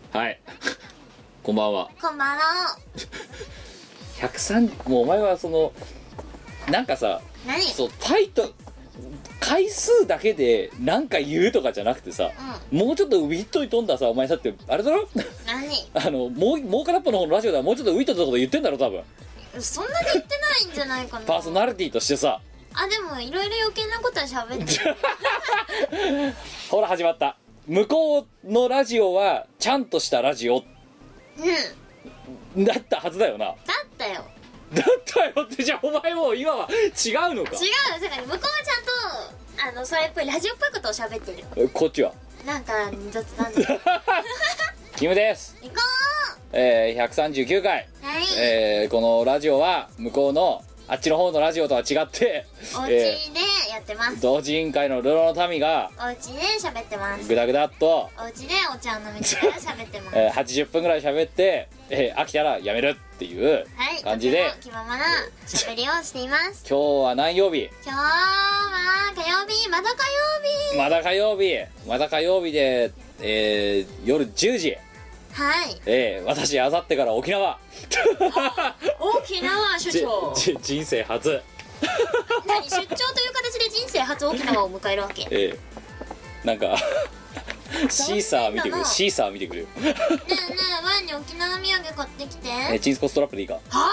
はいこんばんは。 こんばんは。 103、もうお前はそのなんかさ、 何？ そうタイト回数だけでなんか言うとかじゃなくてさ、もうちょっとウィットに富んださ、お前だってあれだろ何？ もう片っぽの方のラジオではもうちょっとウィットのこと言ってんだろ多分。 そんなに言ってないんじゃないかな。 パーソナリティとしてさ。 あ、でもいろいろ余計なことは喋ってる。 ほら始まった。向こうのラジオはちゃんとしたラジオだったはずだよな。 だったよ。 だったよって。じゃあお前も今は違うのか。 違う、だから向こうはちゃんとそれっぽいラジオっぽいことを喋ってる。 こっちはなんか雑談でキムです。 行こ 139回、 う。はい、 このラジオは向こうのあっちの方のラジオとは違って、 お家でやってます。 同時委員会のルロの民がお家で喋ってます。 グダグダっとお家でお茶を飲みながら喋ってます。 80分ぐらい喋って、飽きたらやめるっていう感じで、 とても気ままな喋りをしています。 今日は何曜日？ 今日は火曜日、まだ火曜日。 まだ火曜日。まだ火曜日で、夜10時。 はい。 私あさってから沖縄。 沖縄出張。 人生初。 何、出張という形で人生初沖縄を迎えるわけ？ なんかシーサー見てくる。シーサー見てくる。 ねえねえ、ワンに沖縄土産買ってきて。 チンスコストラップでいいか？ は？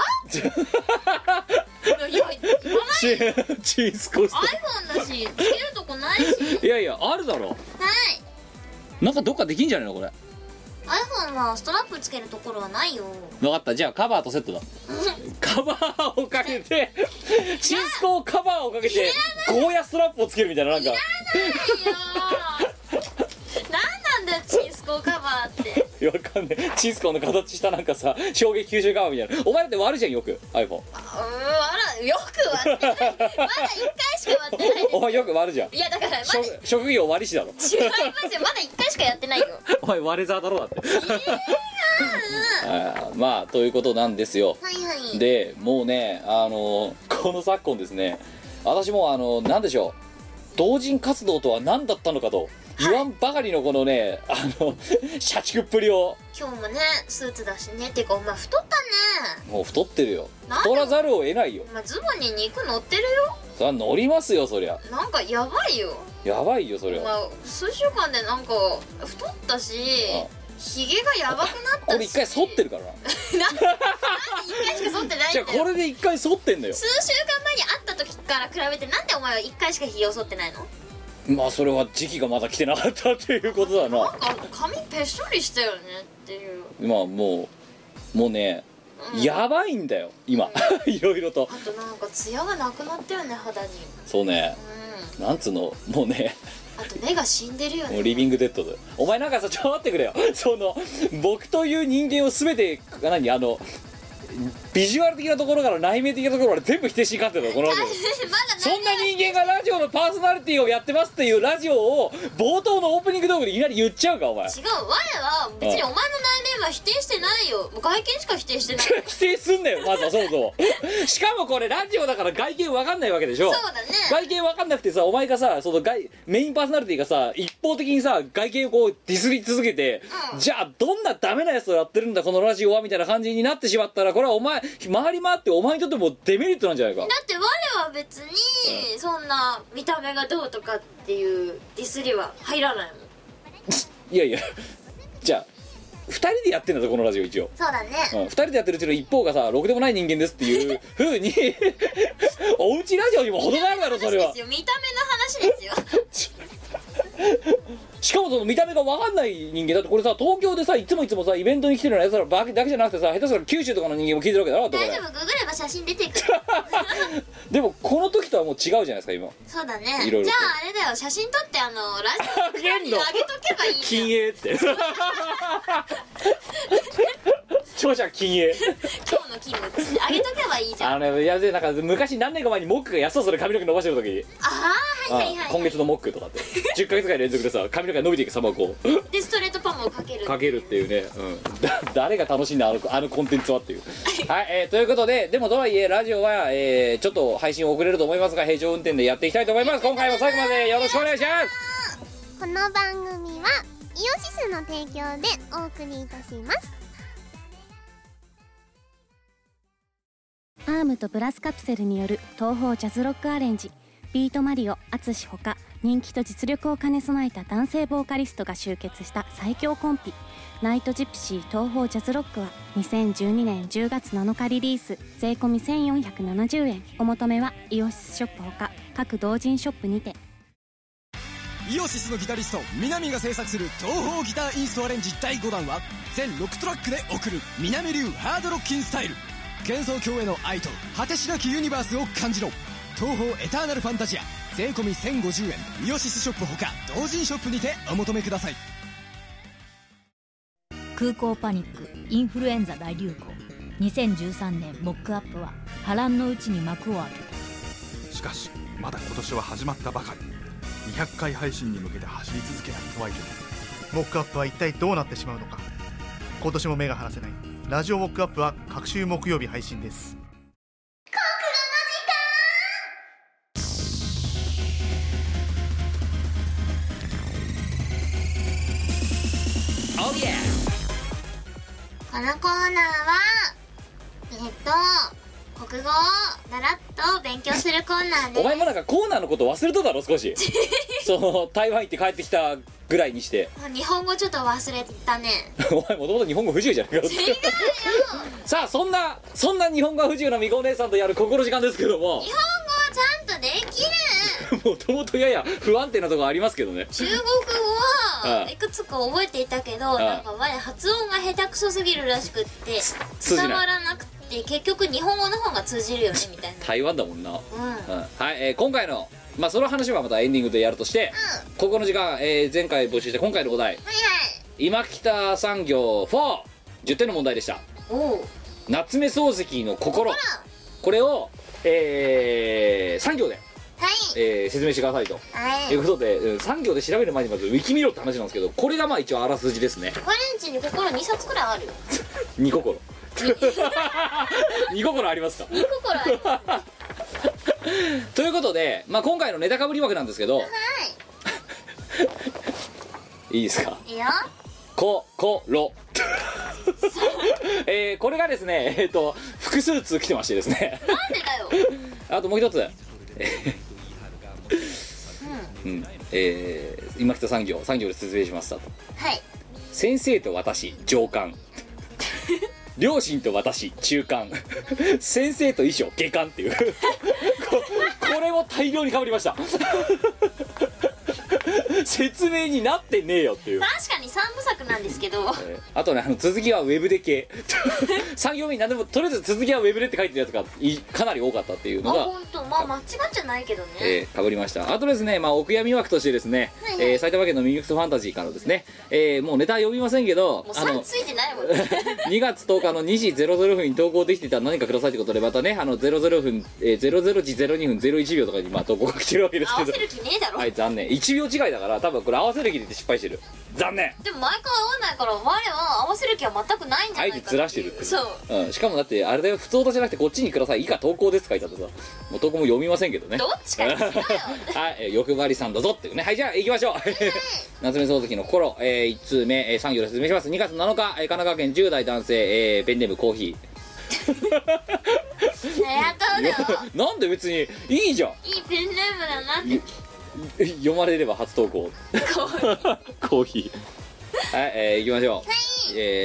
いや、 チンスコスト iPhone だし、つけるとこないし。 いやいや、あるだろ。 はい。 なんかどっかできんじゃねえのこれ。 iPhone はストラップつけるところはないよ。 分かった、じゃあカバーとセットだ。カバーをかけてチンスコをカバーをかけてゴーヤストラップをつけるみたいな。なんかいらないよ。なんなんだよチンスコカバーって。 わかんねえ。チンスコの形したなんかさ、衝撃吸収カバーみたいな。お前だって割るじゃんよく iPhone。 よく割ってない。まだ1回しか割ってないです。 お前よく割るじゃん。 いやだからまだ職業割り師だろ。 違いますよ、まだ1回しかやってないよ。 お前割れザーだろだって。まあということなんですよ。 はいはい。 でもうね、この昨今ですね、私もなんでしょう、同人活動とは何だったのかと言わんばかりのこのね、社畜っぷりを。 今日もねスーツだしね。てかお前太ったね。 もう太ってるよ。 なんで太らざるを得ないよ。 お前ズボンに肉乗ってるよ。 そりゃ乗りますよ、そりゃ。 なんかやばいよ。 やばいよそりゃ。 お前数週間でなんか太ったし、ヒゲがやばくなったし。 これ一回剃ってるからな。 なんで1回しか剃ってないんだよ。 じゃあこれで一回剃ってんだよ。 数週間前に会った時から比べてなんでお前は1回しかヒゲを剃ってないの？ まあそれは時期がまだ来てなかったっていうことだな。 なんか髪ぺっしょりしたよねっていう。 まあもうね、やばいんだよ今。いろいろと。 あとなんかツヤがなくなったよね、肌に。 そうね、なんつうの、もうね、 あと目が死んでるよね。 もうリビングデッドで。お前なんかさ、ちょっと待ってくれよ。僕という人間を全てビジュアル的なところから内面的なところまで全部否定しにかってるのこのラジオ。 まだそんな人間がラジオのパーソナリティをやってますっていうラジオを冒頭のオープニング動画でいきなり言っちゃうかお前。 違う、我は別にお前の内面は否定してないよ。もう外見しか否定してない。 否定すんなよまずはそもそも。しかもこれラジオだから外見わかんないわけでしょ。 そうだね。 外見わかんなくてさ、お前がさ、メインパーソナリティがさ、一方的にさ外見をこうディスり続けて、じゃあどんなダメなやつをやってるんだこのラジオはみたいな感じになってしまったら、これはお前回り回ってお前にとってもデメリットなんじゃないか。 だって我は別にそんな見た目がどうとかっていうディスりは入らないもん。 いやいや、じゃあ2人でやってんだぞこのラジオ一応。 そうだね、 2人でやってるうちの一方がさ、ろくでもない人間ですっていう風におうちラジオにも程があるだろそれは。 見た目の話ですよ。 しかもその見た目が分かんない人間だって、これさ東京でさいつもさイベントに来てるようなやつらだけじゃなくてさ、下手すら九州とかの人間も聞いてるわけだろってこれ。 大丈夫、ググれば写真出てくる。 でもこの時とはもう違うじゃないですか今。 そうだね。 いろいろとじゃああれだよ、写真撮ってラジオに上げとけばいいじゃん。 禁煙って著者禁煙。 今日の勤務って上げとけばいいじゃん。 いやでなんか昔何年か前にモックが安それ髪の毛伸ばしてる時、 ああ、はいはいはい、 今月のモックとかって10ヶ月ぐらい連続でさ髪の毛が伸びていく様をこうでストレートパンもかけるっていうね、誰が楽しんだあのコンテンツはっていう。はい、ということで、でもとはいえラジオは、ちょっと配信遅れると思いますが平常運転でやっていきたいと思います。今回も最後までよろしくお願いします。 この番組はイイオシスの提供でお送りいたします。 アームとブラスカプセルによる東宝ジャズロックアレンジ、ビートマリオ淳ほか人気と実力を兼ね備えた男性ボーカリストが集結した最強コンビ、ナイトジプシー東宝ジャズロックは2012年10月7日リリース、税込み1470円。お求めはイオシスショップほか各同人ショップにて。 イオシスのギタリスト南が制作する東宝ギターインストアレンジ第5弾は全6トラックで送る南流ハードロッキンスタイル。幻想郷への愛と果てしなきユニバースを感じろ。東宝エターナルファンタジア、税込み1050円。イオシスショップほか同人ショップにてお求めください。 空港パニック、インフルエンザ大流行。2013年モックアップは波乱のうちに幕を開けた。 しかしまだ今年は始まったばかり。200回配信に向けて走り続けないとはいけない。 モックアップは一体どうなってしまうのか。今年も目が離せないラジオモックアップは各週木曜日配信です。 Oh yeah! このコーナーは国語をだらっと勉強するコーナーです。 お前もなんかコーナーのこと忘れただろ少しその台湾行って帰ってきたぐらいにして日本語ちょっと忘れたねお前もともと日本語不自由じゃないか。 違うよさあそんな日本語が不自由なみこお姉さんとやる心時間ですけども、 日本語はちゃんとできるもともとやや不安定なところありますけどね。 中国語はいくつか覚えていたけど、なんか我発音が下手くそすぎるらしくって伝わらなくて、結局日本語の方が通じるよねみたいな。 台湾だもんな。 うんはい、今回のその話はまたエンディングでやるとして、ここの時間、前回募集して今回のお題、 はいはい、 今北産業410点の問題でした。夏目漱石の心、これを、3行で、 はい、 説明してくださいと、 はい、 いうことで、3行で調べる前にまずウィキ見ろって話なんですけど、これがまあ一応あらすじですね。 我んちに心2冊くらいあるよ 2心2心ありますか。 2心あります、 ということで、今回のネタかぶり枠なんですけど、いいですか。 いいよ。 心これがですね、複数通来てましてですねなんでだよあともう一つ今北3行で説明しましたと。 はい。 先生と私上官両親と私中間先生と衣装下官っていうこれを大量にかぶりました説明になってねえよっていう。 確かに3部作なんですけど、 あとね、続きはウェブで系3行目に何でもとりあえず続きはウェブでって書いてるやつがかなり多かったっていうのが、 本当間違っちゃないけどね、 かぶりました。あとですね、お悔やみ枠としてですね、 はいはい、 埼玉県のミミックスファンタジーからですね、もうネタ読みませんけど、 もう3ついてないもんね 2月10日の2時00分に投稿できてたら何かくださいってことで、またね00分、00時02分01秒とかに投稿が来てるわけですけど、 合わせる気ねえだろ。 はい、残念。1秒違いだから多分これ合わせる気で失敗してる。残念。 でも毎回合わないから我は合わせる気は全くないんじゃないかあえてずらしてるって。 そう、 しかもだってあれだよ、普通歌じゃなくてこっちにください以下投稿ですって書いてあってさ、もう投稿も読みませんけどね。 どっちかにしろよはい、欲張りさんだぞっていうね。はい、じゃあ行きましょう夏目漱石の心、1通目、3行で説明します。2月7日、神奈川県10代男性、ペンネームコーヒーありがとうだよなんで別にいいじゃん、 いいペンネームだなって読まれれば初投稿コーヒーはい、行きましょう。はい、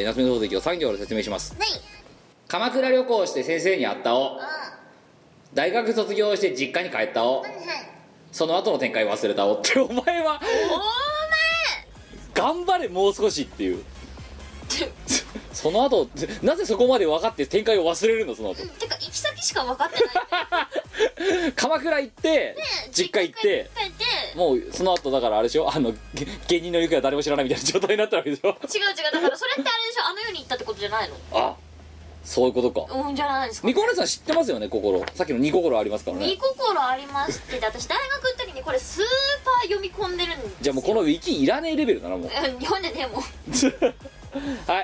夏目漱石を3行で説明します。 はい。 鎌倉旅行して先生に会ったを、大学卒業して実家に帰ったを、その後の展開忘れたをってお前は頑張れもう少しっていうその後なぜそこまで分かって展開を忘れるの。その後てか行き先しか分かってない鎌倉行って実家行ってもうその後だからあれでしょ、芸人の行方は誰も知らないみたいな状態になったわけでしょ。違うだからそれってあれでしょ、あの世に行ったってことじゃないの。 あ、そういうことか。 じゃないですか。 みこねさん知ってますよね、心。さっきの2心ありますからね。 2心ありますって。私大学の時にこれスーパー読み込んでるんですよ。 じゃあもうこのウィキいらねえレベルだなもう読んでねえもんはい、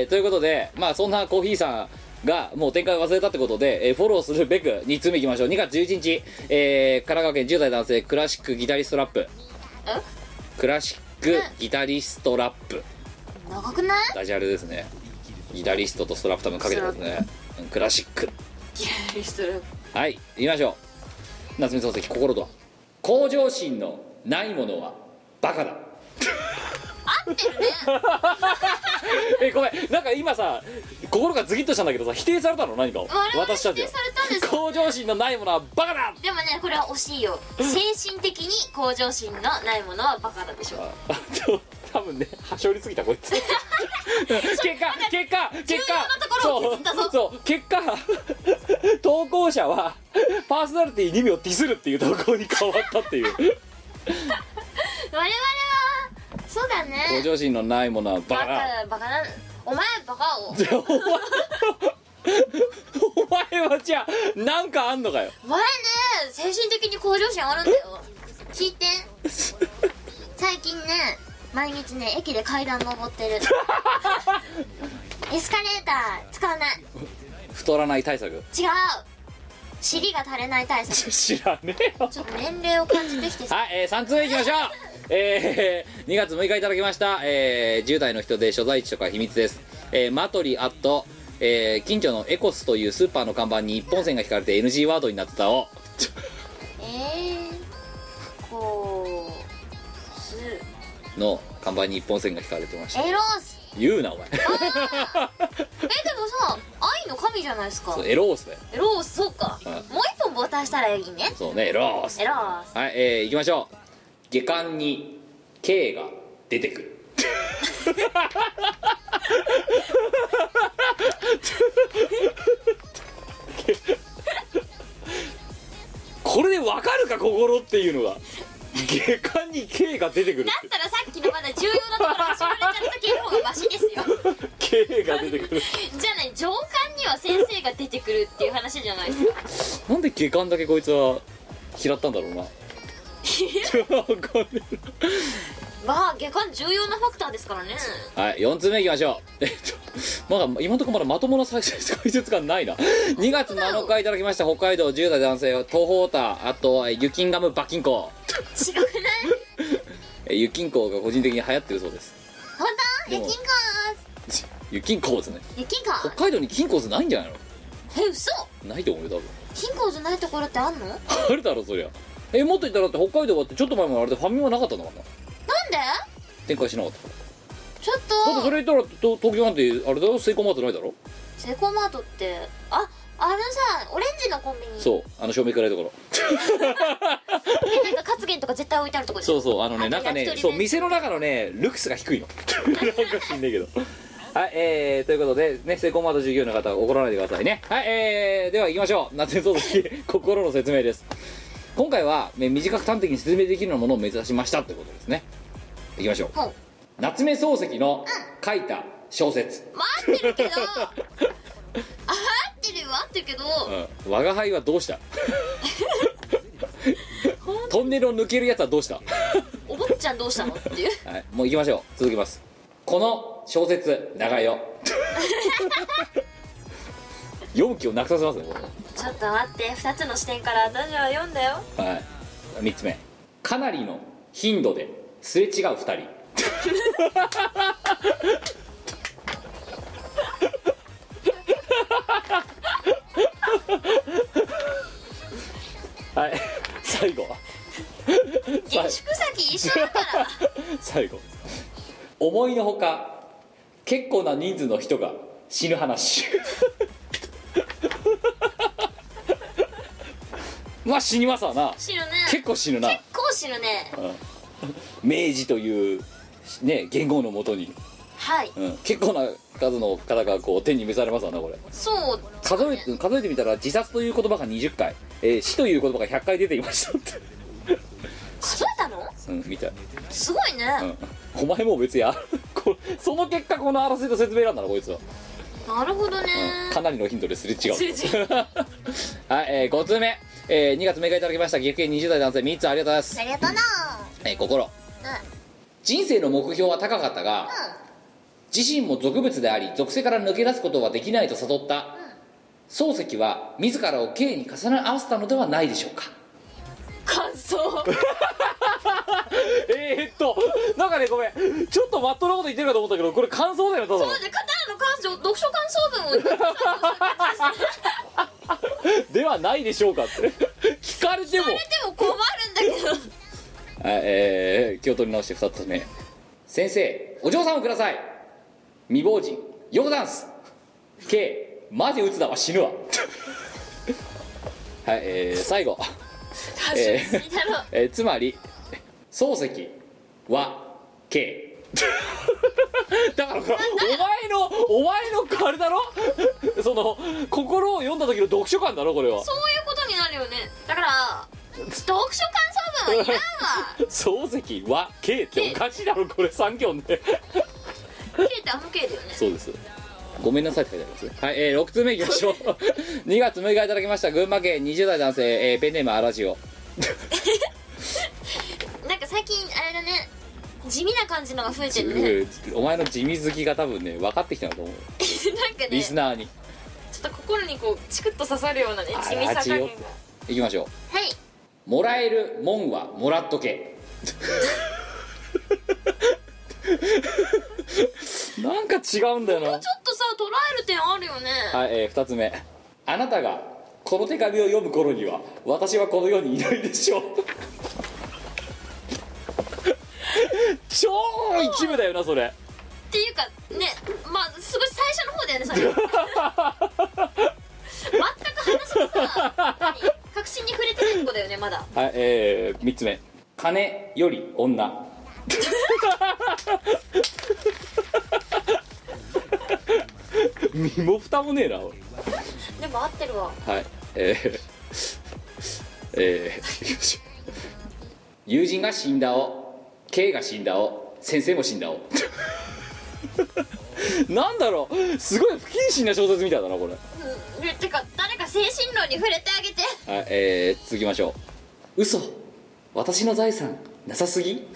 ということでそんなコーヒーさんがもう展開を忘れたってことで、フォローするべく2通目いきましょう。2月11日、神奈川県10代男性クラシックギタリストラップクラシックギタリストラップ。 長くない？ ダジャレですね。ギタリストとストラップ多分かけてますね。クラシック。 ギタリストラップ。 はい、言いましょう。夏目漱石心とは、向上心のないものはバカだ。 合ってるね。 ごめん、なんか今さ心がズキッとしたんだけどさ、否定されたの何かを。私たちは否定されたんですよ。 向上心のないものはバカだ。 でもね、これは惜しいよ。精神的に向上心のないものはバカだでしょ。 多分ね、はしょりすぎたこいつ。結果重要なところを削ったぞ。 そう結果投稿者はパーソナリティ2名をディスるっていう投稿に変わったっていう。 我々はそうだね。 向上心のないものはバカだ。 バカだ。お前バカを。 お前はじゃあなんかあんのかよ。 お前ね、精神的に向上心あるんだよ。聞いて。最近ね、毎日ね、駅で階段登ってる。エスカレーター使わない。 太らない対策。 違う、尻が垂れない対策。 知らねえよ。 ちょっと年齢を感じてきてさ。 はい、3つ目いきましょう。2月6日いただきました、10代の人で所在地とか秘密です。マトリアット、近所のエコスというスーパーの看板に一本線が引かれて NG ワードになってたをこうすの看板に一本線が引かれてました。 エロース。 言うなお前。 でもさ、愛の神じゃないですか。 そう、エロースだよ。 エロース、そうか、 うん、 もう一本ボタンしたらいいね。 そうね、エロース。 エロース。 はい、行きましょう。下巻に K が出てくる。これで分かるか心っていうのが。下巻に K が出てくる。 だったらさっきのまだ重要なところ始まれちゃった系の方がマシですよ。 K が出てくる。 じゃあね、上巻には先生が出てくるっていう話じゃないですか。 なんで下巻だけこいつは嫌ったんだろうな。 まあ下巻重要なファクターですからね。 はい、4つ目いきましょう。まだ今のところまだまともな解説がないな。2月7日いただきました。北海道10代男性東方オタ、あとユキンガムバキンコ。 違くない？ ユキンコが個人的に流行ってるそうです。 本当？ユキンコーズ。ユキンコーズね。 ユキンコーズ。 北海道にキンコーズないんじゃないの？ 嘘？ ないと思うよ多分。 キンコーズないところってあんの？ あるだろそりゃ。もっと言ったらだって北海道はってちょっと前もあれでファミマなかったんだからな。 なんで？ 展開しなかったから。 ちょっとだってそれ言ったら東京なんてあれだろ、セイコーマートないだろ。 セイコーマートってあのさ、オレンジのコンビニ。 そう、照明暗いところ。 なんかカツゲンとか絶対置いてあるところでしょ。 そうそう、なんかね、そう店の中のねルクスが低いの。なんか知んねえけど。はい、ということでね、セイコーマート従業員の方は怒らないでくださいね。はい、では行きましょう。夏目漱石心の説明です。今回は短く端的に説明できるようなものを目指しましたってことですね。行きましょう。夏目漱石の書いた小説。 待ってるけど合ってるけど、 我が輩はどうした？トンネルを抜けるやつはどうした？ お坊ちゃんどうしたのっていう。 はい、もう行きましょう。続きます。この小説長いよ。読む気をなくさせますね。 ちょっと待って、2つの視点から私は読んだよ。 はい、3つ目、かなりの頻度ですれ違う2人。はい、最後は下宿先一緒だから最後、思いのほか結構な人数の人が死ぬ話。まあ死にますわな。 死ぬね。 結構死ぬな。 結構死ぬね。 明治というね元号のもとに、 はい、 結構な数の方がこう天に召されますわなこれ。 そう数えてみたら自殺という言葉が20回、死という言葉が100回出ていましたって。 数えたの？ みたい。 すごいね。 お前も別にその結果この争いと説明なんだなこいつは。 なるほどね。 かなりの頻度ですれ違う。はい、5通目、2月6日いただきました。岐阜県20代男性3つありがとうございます。 ありがとうな。 心、人生の目標は高かったが、自身も俗物であり属性から抜け出すことはできないと悟った、漱石は自らを刑に重ね合わせたのではないでしょうか。 感想。 なんかねごめんちょっとマットなこと言ってるかと思ったけどこれ感想だよただの。 そうで、カタールの感想、読書感想文を言ってくださいではないでしょうかって聞かれてもそれでも困るんだけど。 はい、気を取り直して2つ目。先生お嬢さんをください。未亡人ヨゴダンス K マジ打つだわ死ぬわはい、最後つまり漱石は K だからこれお前のあれだろその心を読んだ時の読書感だろこれは。 そういうことになるよね。だから読書感想文はいらんわ漱石は K っておかしいだろこれ3行で K ってあの K だよね。 そうです。ごめんなさいって書いてあります。はい、6通目いきましょう2月6日いただきました群馬県20代男性、ペンネームアラジオなんか最近あれだね、地味な感じのが増えてるねお前の地味好きが多分ね分かってきたんだと思うなんかねリスナーにちょっと心にこうチクッと刺さるようなね地味さ加減が。 いきましょう。 はいもらえるもんはもらっとけなんか違うんだよな。 もうちょっとさ捉える点あるよね。 はい、2つ目。あなたがこの手紙を読む頃には私はこの世にいないでしょう超一部だよなそれ。 っていうかね、まあすごい最初の方だよねそれ全く話がさ確信に触れてないとこだよねまだ。 はい、3つ目。金より女身も蓋もねえな。 でも合ってるわ。 はい、友人が死んだを K が死んだを先生も死んだをなんだろうすごい不謹慎な小説みたいだなこれ。 てか誰か精神論に触れてあげて。 はい、続きましょう。嘘私の財産なさすぎ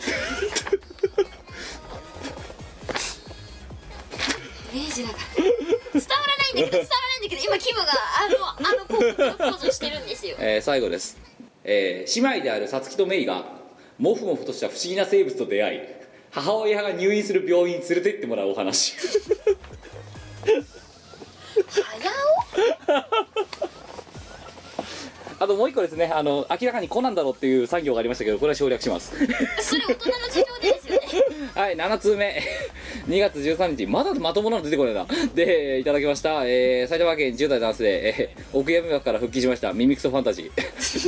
明治だから伝わらないんだけど今キムがあのポーズをしてるんですよ最後です。姉妹であるサツキとメイがモフモフとした不思議な生物と出会い母親が入院する病院に連れてってもらうお話あともう一個ですね、明らかにコナンだろっていう産業がありましたけどこれは省略しますそれ大人の事情ですよねはい、7通目2月13日まだまともなの出てこないなでいただきました、埼玉県10代男性、お悔やみ枠から復帰しましたミミクソファンタジー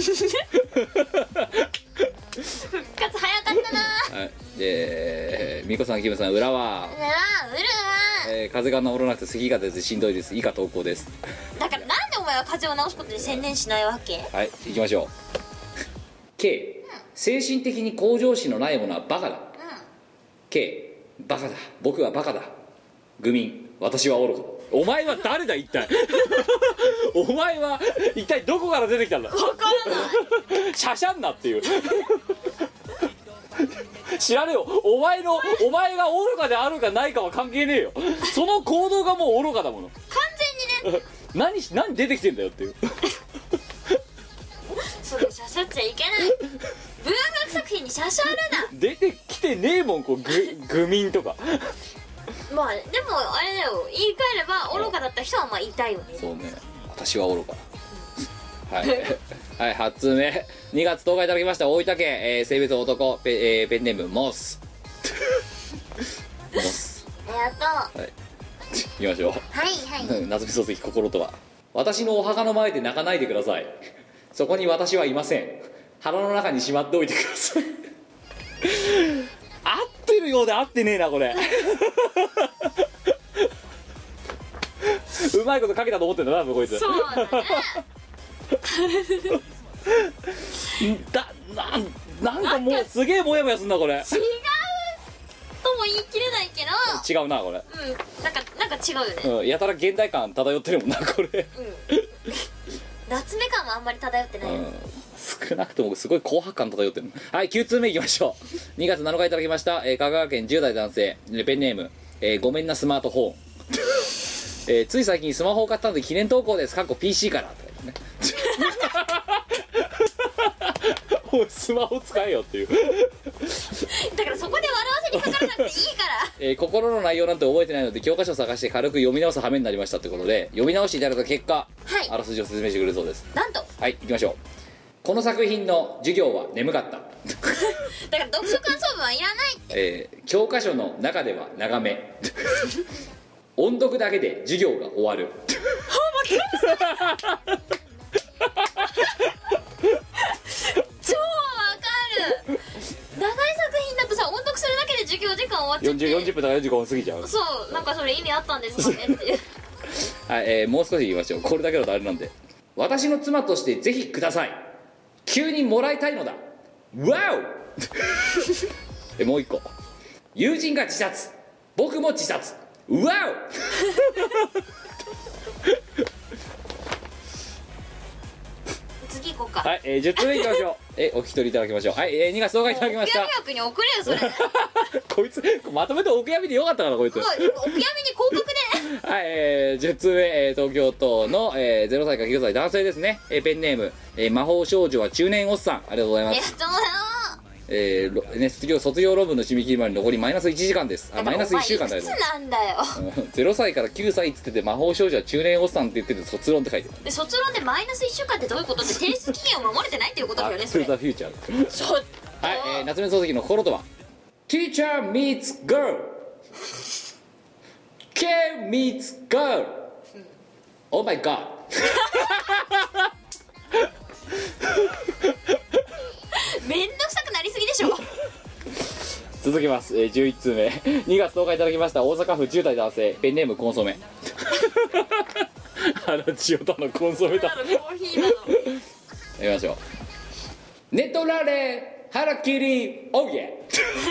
復活早かったな。 はい、でミコさんキムさん裏は風が治らなくて咳が出てしんどいです。以下投稿です。 だからなんでお前は風邪を治すことに専念しないわけ。 はい、行きましょう。 K、精神的に向上心のないものはバカだ。 K、バカだ僕はバカだ。愚民私は愚かだ。お前は誰だ一体お前は一体どこから出てきたんだ。 分からないシャシャンなっていう知らねえよ。お前が愚かであるかないかは関係ねえよ。その行動がもう愚かだもの。 完全にね何出てきてんだよっていうそれシャシャっちゃいけない。文学作品にシャシャるな。 出てきてねえもんこう愚民とかまあでもあれだよ、言い換えれば愚かだった人はまあいたよね。 そうね、私は愚かだはいはい、8通目2月10日いただきました大分県、性別男ペンネームモスモスありがとう。 はい行きましょう。 はいはい夏目漱石心とは。私のお墓の前で泣かないでください。そこに私はいません。腹の中にしまっておいてください合ってるようで合ってねえなこれうまいこと書けたと思ってんだなこいつ。 そうだねなんかもうすげえモヤモヤすんなこれ。 違うとも言い切れないけど違うなこれ。 なんか違うよね、 やたら現代感漂ってるもんなこれ。 夏目感はあんまり漂ってない、 少なくともすごい紅白感漂ってる。はい、9通目いきましょう。2月7日いただきました、香川県10代男性ペンネーム、ごめんなスマートフォンつい最近スマホを買ったので記念投稿です。PC からってねおいスマホ使えよっていうだからそこで笑わせにかからなくていいから心の内容なんて覚えてないので教科書を探して軽く読み直す羽目になりましたってことで、読み直していただいた結果、 はいあらすじを説明してくれるそうです。 なんとはい、行きましょう。この作品の授業は眠かっただから読書感想文はいらないって、 教科書の中では長め音読だけで授業が終わる超わかる。長い作品だとさ、音読するだけで授業時間終わっちゃって 40分とか45分過ぎちゃう。 そうなんかそれ意味あったんですかねっていうはい、もう少し言いましょう。これだけだとあれなんで。私の妻としてぜひください。急にもらいたいのだ。ワオもう一個。友人が自殺、僕も自殺。ワオ次行こうか。 はい、10つ目いきましょう。お聞き取りいただきましょう。はい、2月10日いただきました。 お悔やみ枠に送れよそれこいつまとめてお悔やみでよかったかなこいつ。 お悔やみに広告ではい、10つ目、東京都の、0歳から9歳男性ですね。ペンネーム、魔法少女は中年おっさん。ありがとうございます。卒業論文の締め切りまで残りマイナス1時間です。マイナス1週間だよ。 いくつなんだよ 0歳から9歳っつってて魔法少女は中年おっさんって言ってて卒論って書いてる。 で卒論でマイナス1週間ってどういうことって提出期限を守れてないっていうことだよねそれ。 ザフューチャーそう。 はい、夏目漱石の心とは Teacher meets girl Care meets girl Oh my god めんどくさくなりすぎでしょ続きます、11通目2月10日いただきました大阪府10代男性ペンネームコンソメ千代田のコンソメだコーヒーなのやりましょう。ネトラレ腹切りオーイエ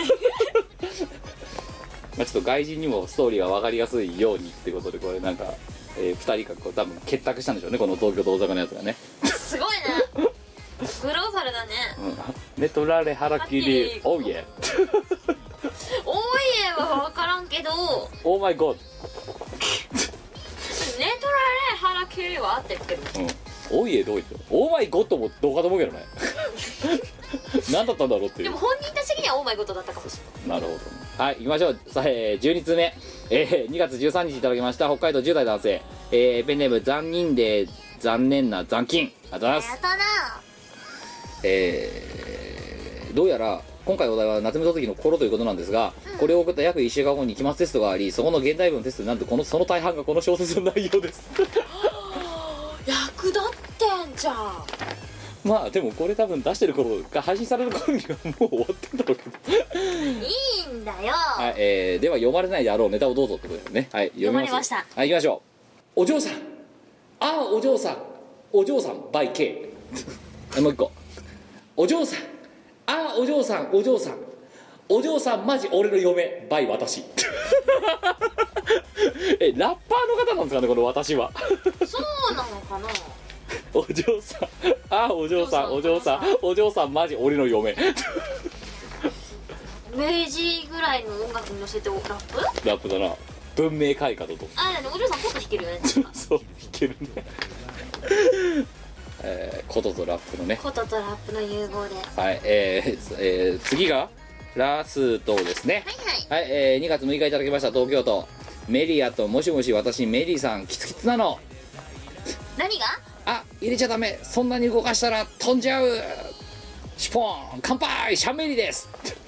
まあちょっと外人にもストーリーが分かりやすいようにってことでこれなんか、2人がこう多分結託したんでしょうねこの東京と大阪のやつがねすごいねグローバルだね、 ネトラレ腹切りオーイエオーイエは分からんけどオーマイゴッネトラレ腹切りは合ってるけど、 オーイエどう言ってオーマイゴッドもどうかと思うけどね何だったんだろうっていう。 でも本人たち的にはオーマイゴッドだったかもしれない。 なるほど、はい行きましょう。さあ、12通目、2月13日いただきました北海道10代男性、ペンネーム残忍で残念な残金。ありがとうございます。 やったな。 どうやら今回お題は夏目漱石の心ということなんですが、これを送った約1週間後に期末テストがあり、そこの現代文テストになんとその大半がこの小説の内容です役立ってんじゃん。 まあでもこれ多分出してる頃が配信される頃にはもう終わってんだろうけどいいんだよ。 はい、では読まれないであろうネタをどうぞってことですね。はい、 読まれました。 はい、行きましょう。お嬢さん、ああお嬢さん、お嬢さん by K もう一個、お嬢さん、ああお嬢さん、お嬢さん、お嬢さんマジ俺の嫁 by 私ラッパーの方なんですかねこの私はそうなのかな。 お嬢さん、ああお嬢さん、お嬢さん、お嬢さんマジ俺の嫁明治ぐらいの音楽に乗せてラップ？ ラップだな。文明開化ととあれね、お嬢さんコット弾けるよねそう弾けるねこととラップのね、 コットとラップの融合で。 はい、次がラストですね。はい、2月6日いただきました東京都メリアともしもし私メリーさんキツキツなの。 何が？ あ、入れちゃダメ、そんなに動かしたら飛んじゃう。シュポーン乾杯シャンメリです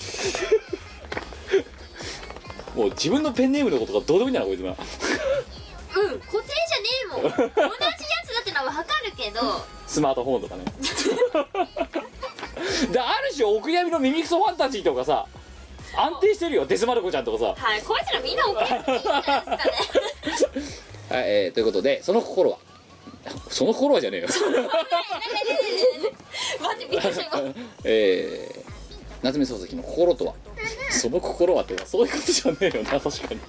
もう自分のペンネームのことがどうでもいいんだなこいつな固定じゃねえもん同じやつだってのは分かるけどスマートフォンとかねである種お悔やみのミミクソファンタジーとかさ安定してるよ。デスマルコちゃんとかさ。 はい、こいつらみんなお悔やみいいんじゃないですかねはい、ということでその心はその心はじゃねえよ待ってびっくりした今夏目漱石の心とはその心はってそういうことじゃねえよな確かにあ、そういう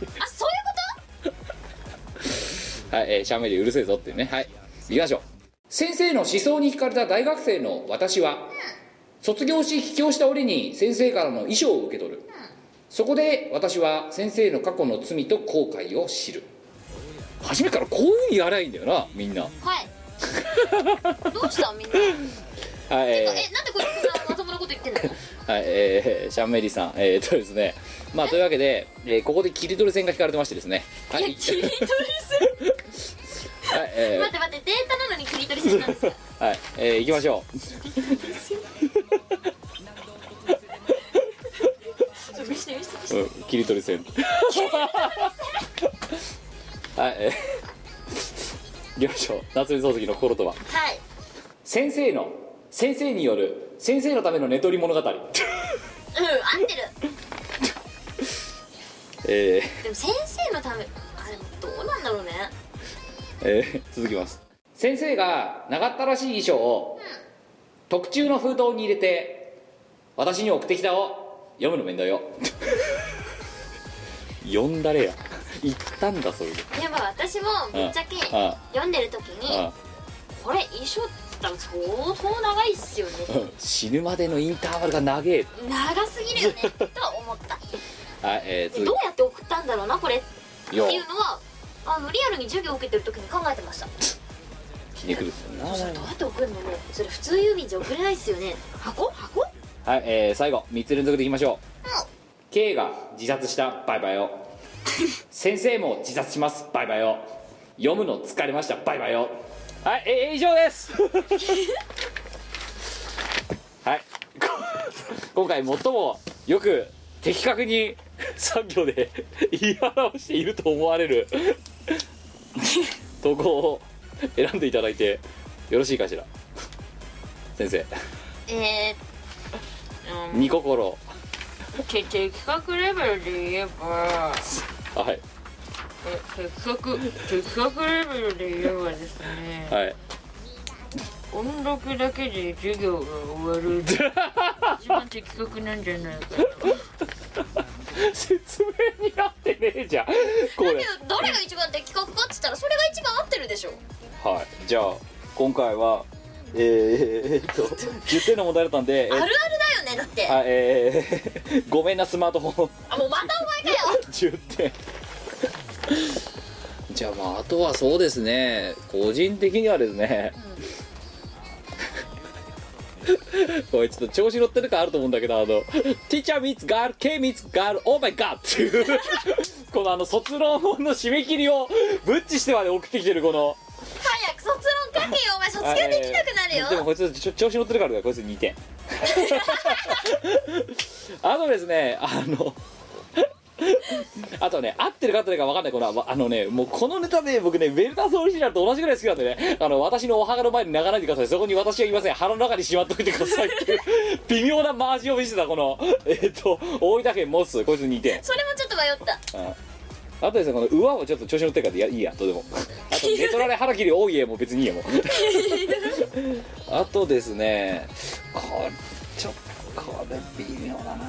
ことはい、シャンメリーうるせえぞっていうね。はい、行きましょう。先生の思想に惹かれた大学生の私は、卒業し帰郷した折に先生からの遺書を受け取る、そこで私は先生の過去の罪と後悔を知る。初めからこういう風にやりゃいいんだよなみんな。 はいどうしたみんなはい、 なんでこいつまともなこと言ってんのはい、シャンメリーさん、ですね、まあというわけで、ここで切り取り線が引かれてましてですね。はい。 切り取り線。はい、待ってデータなのに切り取り線なんですか。 はい、行きましょう。切り取り線。はい、行きましょう。夏目漱石の心とは。 はい。 先生による先生のための寝取り物語。合ってる。 でも先生のため、あれどうなんだろうね。 続きます。先生が長ったらしい衣装を、特注の封筒に入れて私に送ってきたを読むの面倒よ。読んだれや。言ったんだそれで。 でも私もぶっちゃけ読んでる時に、これ衣装って言ったら相当長いっすよね。 死ぬまでのインターバルが長え。 長すぎるよねと思った。 はい、 どうやって送ったんだろうなこれっていうのはリアルに授業を受けてる時に考えてました。 ひねくるっすよな。 それどうやって送るのね。それ普通郵便じゃ送れないっすよね。箱はい、最後3つ連続でいきましょう。K が自殺したバイバイよ。先生も自殺しますバイバイよ。読むの疲れましたバイバイよ。はい、以上です。はい、今回最もよく的確に産業で言い表していると思われる投稿を選んでいただいてよろしいかしら、先生。ニココロ的確レベルで言えば、 はい、 的確レベルで言えばですね、 はい、 音読だけで授業が終わる一番的確なんじゃないかと。 説明になってねえじゃんこれ。 どれが一番的確かって言ったらそれが一番合ってるでしょ。 はい、じゃあ今回は10点の問題だったんで、 あるあるだよね。だってごめんなスマートフォン。 もうまたお前かよ。 10点。じゃああとはそうですね、個人的にはですね、これちょっと調子乗ってる感あると思うんだけど、ティーチャーミーツガール K ミーツガールオーマイガーっていうこの卒論の締め切りをブッチしてまで送ってきてるこの。 早く卒論書けよお前。卒業できなくなるよ。 でもこいつ調子乗ってるからこいつ2点。あとですね、あとね、合ってるか合ってないか分かんないこのもうこのネタで僕ね、ウェルダースオリジナルと同じぐらい好きなんでね、私のお墓の前に泣かないでください、そこに私はいません、腹の中にしまっといてくださいっていう微妙なマージを見せてたこの大分県モス、こいつ2点。 それもちょっと迷った。 あとですね、この上もちょっと調子乗ってるからいいやどうでも。あとネトラレ腹切り多い家も別にいいやもう。あとですね、これ微妙だな。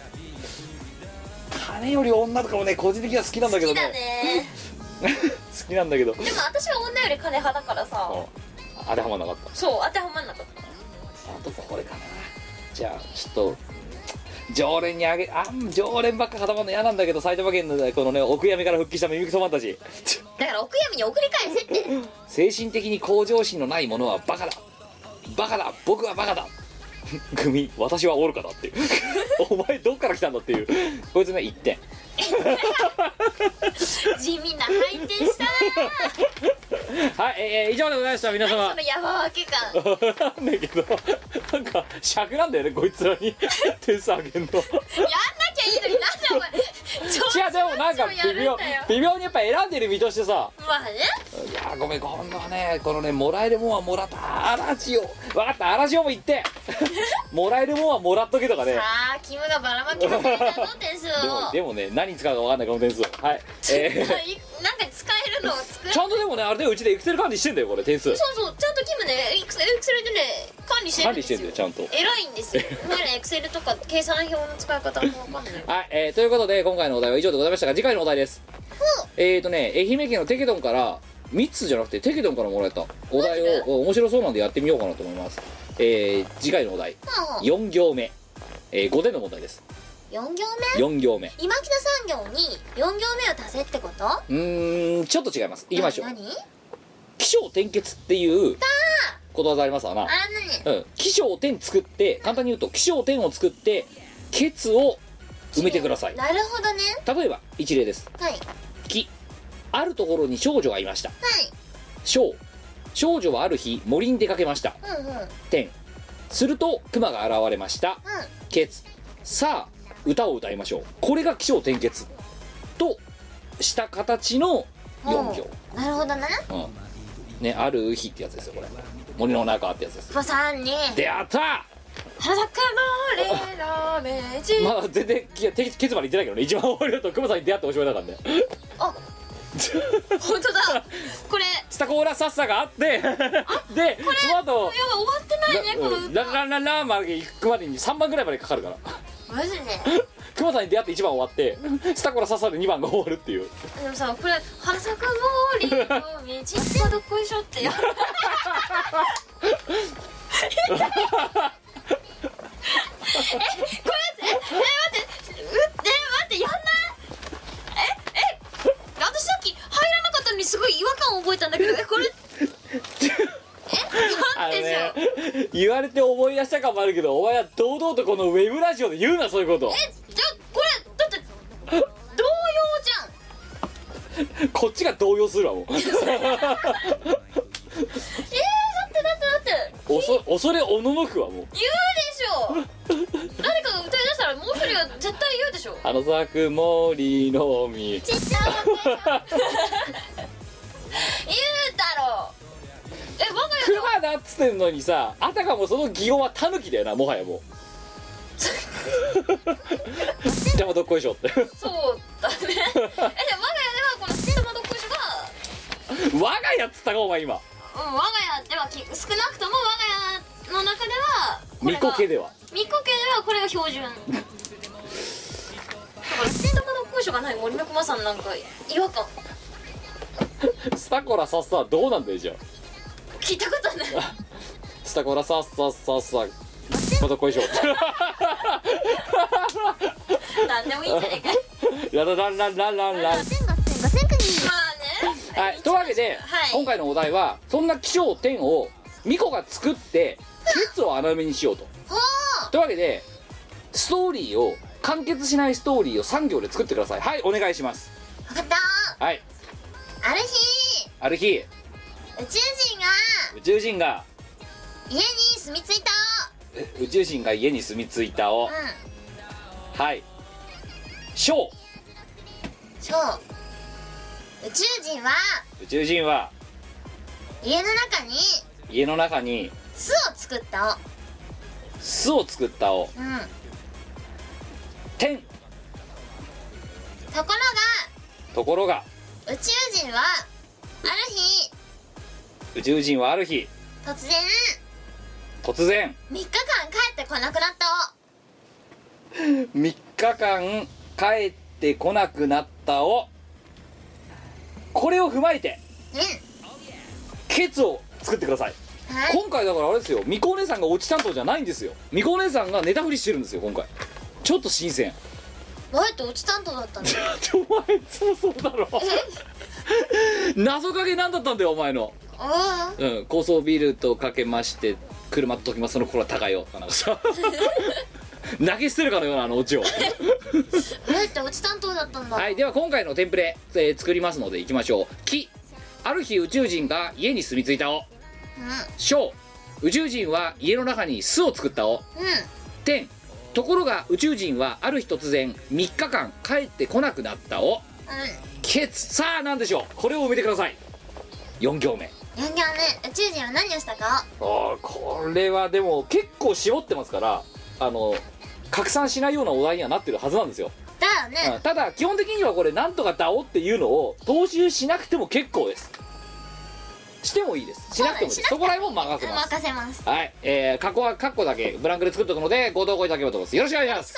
金より女とかもね、個人的には好きなんだけどね。 好きだね。 好きなんだけど。 でも私は女より金派だからさ。 当てはまんなかった。 そう、当てはまんなかった。 あとこれかな。じゃあちょっと常連に常連ばっか固まるの嫌なんだけど、埼玉県のこのね、お悔やみから復帰したミミクソマンたち。 だからお悔やみに送り返せって。 精神的に向上心のない者はバカだ、バカだ、僕はバカだ、グミ私は愚かだっていうお前どっから来たんだっていう、こいつね1点。 地味な配点したな。はい、以上でございました。皆様。 何その山分け感。 なんだけど、なんか尺なんだよねこいつらに点数あげんの。やんなきゃいいのに、なんでお前。 違う、でもなんか微妙にやっぱ選んでる身としてさ。 まあね。 いやごめん、今度はね、このね、もらえるもんはもらった、アラジオ、分かった、アラジオも言ってもらえるもんはもらっとけとかね。 さあキムがばらまき始めたぞ点数を。 でもね、何使うか分かんないこの点数を。はい、 なんか使えるのを作る。 ちゃんとでもね、あれでうちでエクセル管理してんだよこれ、点数。 そうそう、ちゃんとキムね、エクセルでね管理してるんですよ。 ちゃんと偉いんですよ。お前らエクセルとか計算表の使い方も分かんない。 はい、ということで今回のお題は以上でございましたが、次回のお題です。愛媛県のテケドンから3つじゃなくてテケドンからもらえたお題を面白そうなんでやってみようかなと思います。次回のお題、4行目、5点の問題です。 4行目 ?4 行目、 今北産業に4行目を足せってこと？ ちょっと違います。いきましょう。 何？ 起承転結っていうことわざありますわな。起承転作って、簡単に言うと起承転を作ってケツを埋めてください。 なるほどね。 例えば一例です。 はい。 き、あるところに少女がいました。 はい。 少女はある日森に出かけました。 うんうん。 転、すると熊が現れました。ケツ、さあ歌を歌いましょう。これが起承転結とした形の4行。 なるほどね。 ね、ある日ってやつですよ、これ。森の中ってやつです。 まさに出会った。 裸のレラメジ。 まあ全然ケツまで言ってないけどね。一番終わりだと熊さんに出会っておしまいだからね。 あ、本当だ。これスタコーラサッサがあってで、その後終わってないね、この歌。 ラまで行くまでに3番ぐらいまでかかるから。 マジで熊さんに出会って1番終わって、スタコラサッサで2番が終わるっていう。 でもさ、これ花咲く森の道はどっこいしょってやるこれ待ってやんない？私さっき入らなかったのにすごい違和感を覚えたんだけど、これなんでじゃん。 言われて思い出した感もあるけど、お前は堂々とこのウェブラジオで言うな、そういうこと。 じゃあこれだって童謡じゃん。 こっちが動揺するわもうだって恐れおののくわもう。 言うでしょ誰かが歌い出したらもう一人は絶対言うでしょ。 花咲く森の道言うだろう。我が家の熊だっつってんのにさ、あたかもその擬音はタヌキだよな、もはやもうじゃあどっこいしょってそうだね。でも我が家ではこのステマどっこいしょが我が家っつったかお前今。 我が家では少なくとも我が家の中では巫女家ではこれが標準だからステマどっこいしょがない森の熊さんなんか違和感スタコラサッサはどうなんだよ。じゃあ聞いたことないスタコラサッサッサッサまたこいしょなんでもいいんじゃねえかいラララララララ。 まあね。 はい、というわけで、 はい、 今回のお題はそんな起承転をミコが作ってケツを穴埋めにしようと。というわけでストーリーを完結しないストーリーを3行で作ってください。はい、お願いします。 分かった。 はい。 ある日宇宙人が家に住み着いた。 宇宙人が家に住み着いたを、はい。小宇宙人は家の中に巣を作ったを天。 ところが宇宙人はある日突然3日間帰ってこなくなった 3日間帰ってこなくなったを、これを踏まえてケツを作ってください。今回だからあれですよ、みこお姉さんがオチ担当じゃないんですよ。みこお姉さんがネタ振りしてるんですよ今回。ちょっと新鮮。 前ってオチ担当だったんだよお前そうだろ謎かけなんだったんだよお前の。高層ビルとかけまして車と解きます、その心は高いよなんかさ投げ捨てるかのようなオチを前ってオチ担当だったんだ。 はい、では今回のテンプレ、作りますのでいきましょう。き、ある日宇宙人が家に住み着いたを。小、宇宙人は家の中に巣を作ったを。天、ところが宇宙人はある日突然3日間帰ってこなくなったを。ケツ、さあ何でしょう。これを埋めてください。4行目。 宇宙人は何をしたか。 これはでも結構絞ってますから、拡散しないようなお題にはなってるはずなんですよ。 だよね。 ただ基本的にはこれなんとかだおっていうのを踏襲しなくても結構です。してもいいです。しなくてもいいです。そこら辺も任せます。はい、カッコだけブランクで作っておくのでご投稿いただければと思います。よろしくお願いします。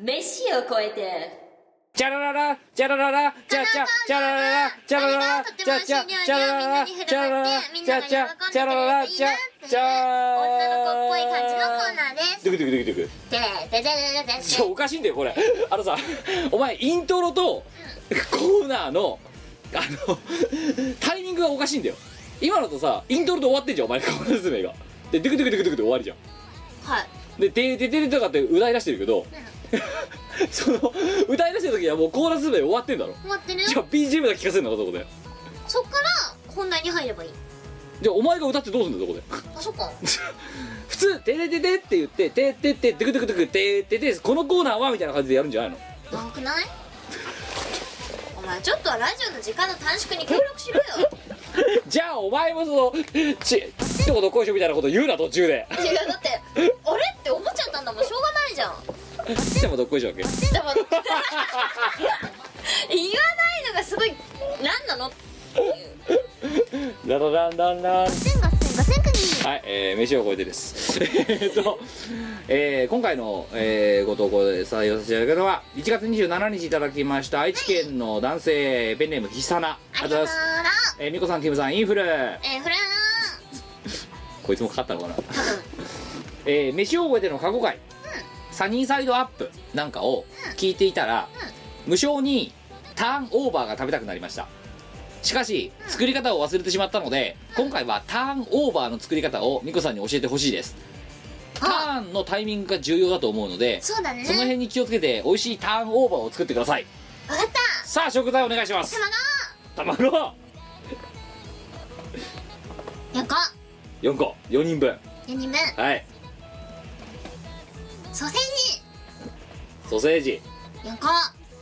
飯を超えてチャラララチャラララチャチャチャラララチャラララチャチャチャラララチャラララチャチャチャラララチャチャ女の子っぽい感じのコーナーです。 ドゥクドゥクドゥクドゥクででででででおかしいんだよこれ。さお前イントロとコーナーのタイミングがおかしいんだよ。今のとさイントロで終わってんじゃんお前コーナー説明がでドゥクドゥクドゥクドゥクで終わりじゃん。 はいでててててとかって歌い出してるけど、その歌い出してる時はもうコーナー説明終わってんだろ。 終わってるよ。 じゃあ BGM だけ聞かせるのかそこで。 そっから本題に入ればいい。 じゃあお前が歌ってどうすんだよそこで。 あ、そっか普通「てれてて」って言って「てってってドゥクドゥクドゥクてててこのコーナーは」みたいな感じでやるんじゃないの。 長くない？お前ちょっとはラジオの時間の短縮に協力しろよ。 じゃあお前もそのってことこいしょみたいなこと言うな途中で。 いやだってあれって思っちゃったんだもん。しょうがないじゃん。 でもどっこいしょわけ。 でも言わないのがすごい何なのっていうララランランラン。 千合戦国。 はい、飯を超えてです今回の、ご投稿で採用させていただくのは1月27日いただきました愛知県の男性ペンネームひさな。ありがとうございます。みこさんキムさんインフルフラこいつもかかったのかな飯を覚えての過去回、サニーサイドアップなんかを聞いていたら、無性にターンオーバーが食べたくなりました。しかし作り方を忘れてしまったので、今回はターンオーバーの作り方をミコさんに教えてほしいです。ターンのタイミングが重要だと思うので、 そうだね、 その辺に気をつけて美味しいターンオーバーを作ってください。 分かった。 さあ食材お願いします。卵4個4人分 4人分。 はい。 ソーセージ 4個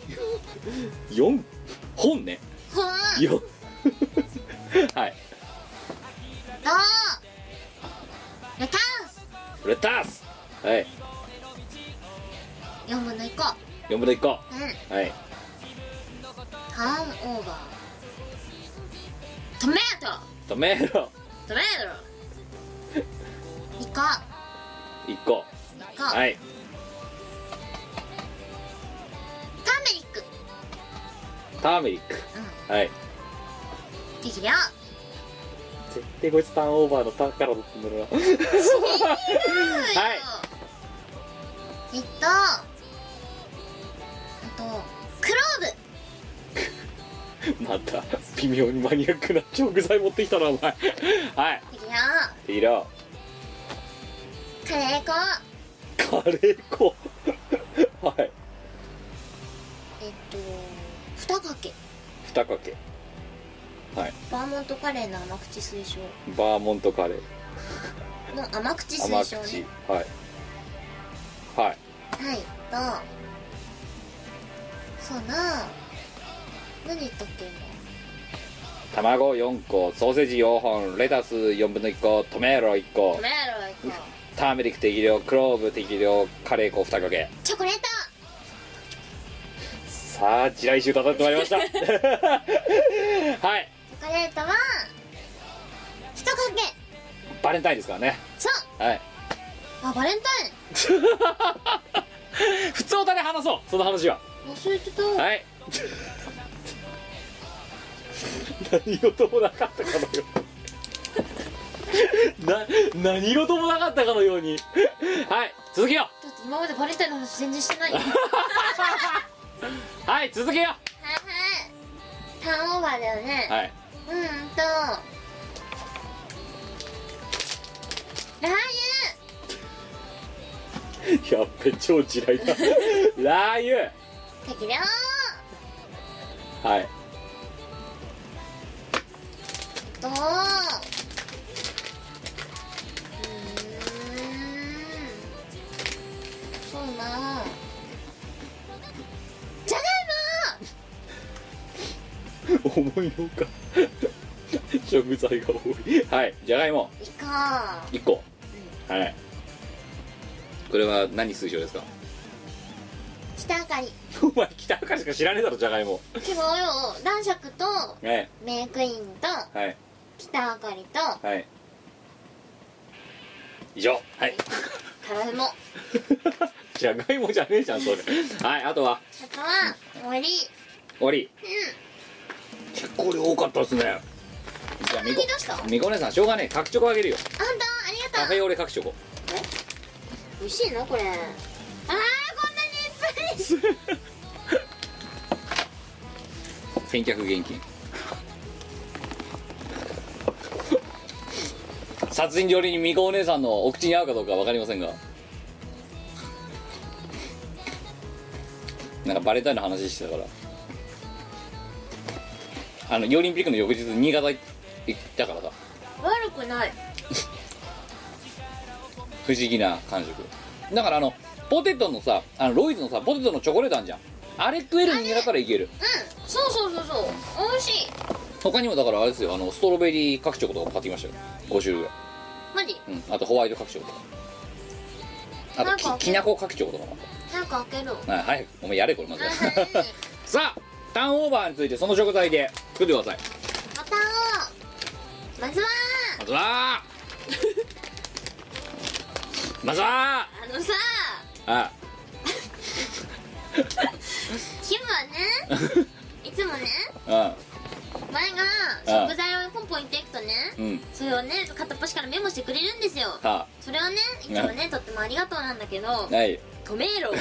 4本ね。 ほん 4はいとレタスはい 4分の1個 4分の1個、はい。 ターンオーバートメトメート 1個 1個はいターメリック、はい適量。 絶対こいつターンオーバーのタから取ってんだろうなはいあとクローブまた微妙にマニアックな食材持ってきたなお前はい適量。カレー粉はい 2かけはいバーモントカレーの甘口推奨バーモントカレーの甘口推奨ね。 はいそうな何言ったっけ今。 卵4個ソーセージ4本レタス4分の1個トメーロ1個ターメリック適量クローブ適量カレー粉2かけチョコレート。 さあ地雷集叩いてまいりましたはいチョコレートは1かけ。 バレンタインですからね。 そうはいあバレンタイン普通おたで話そうその話は。 忘れてた。 はい何事もなかったかのように何事もなかったかのようにはい続けよだって今までバレンタインの話全然してないよはい続けよターンオーバーだよね。 はいラーやっべ超地雷だラー油適量。 はいそうなじゃがいも思いのほか食材が多い。はいじゃがいも1個、はいこれは何推奨ですか。 北あかり。 お前北あかりしか知らねえだろじゃがいも。 違うよ男爵とはいメイクインとはい北あかりとはい以上はいじゃがいも。 じゃがいもじゃねえじゃんそれ。はい、あとはあとは終わり。 終わり。 うん。 結構量多かったですね。じゃあみこどうしたみこ姉さんしょうがねえ、角チョコあげるよ。 あんたありがとう。 カフェオレ角チョコ。 美味しいのこれ。あー、こんなにいっぱい。 返却現金。殺人料理にみこお姉さんのお口に合うかどうかは分かりませんが、なんかバレンタインの話してたから、オリンピックの翌日新潟行ったからさ、 悪くない。 不思議な感触だから。ポテトのさ、ロイズのさポテトのチョコレートあんじゃん、あれ食える人間だったらいける。 うん、そうそうそうそう、美味しい。 他にもだからあれですよ、ストロベリー角チョコとかも買ってきましたよ、5種類ぐらい。 マジ？ うん、あとホワイト角チョコとか、あなんかときなこ角チョコとかもなんか開ける。 はい、早くお前やれこれまずはいさあターンオーバーについてその食材で作ってください。 またまずはまずはまずはさあキムはねいつもねあ前が食材をポンポン言っていくとね、 うんそれをね片っ端からメモしてくれるんですよ。 はそれはねいつもねとってもありがとうなんだけど、 はいトメーロ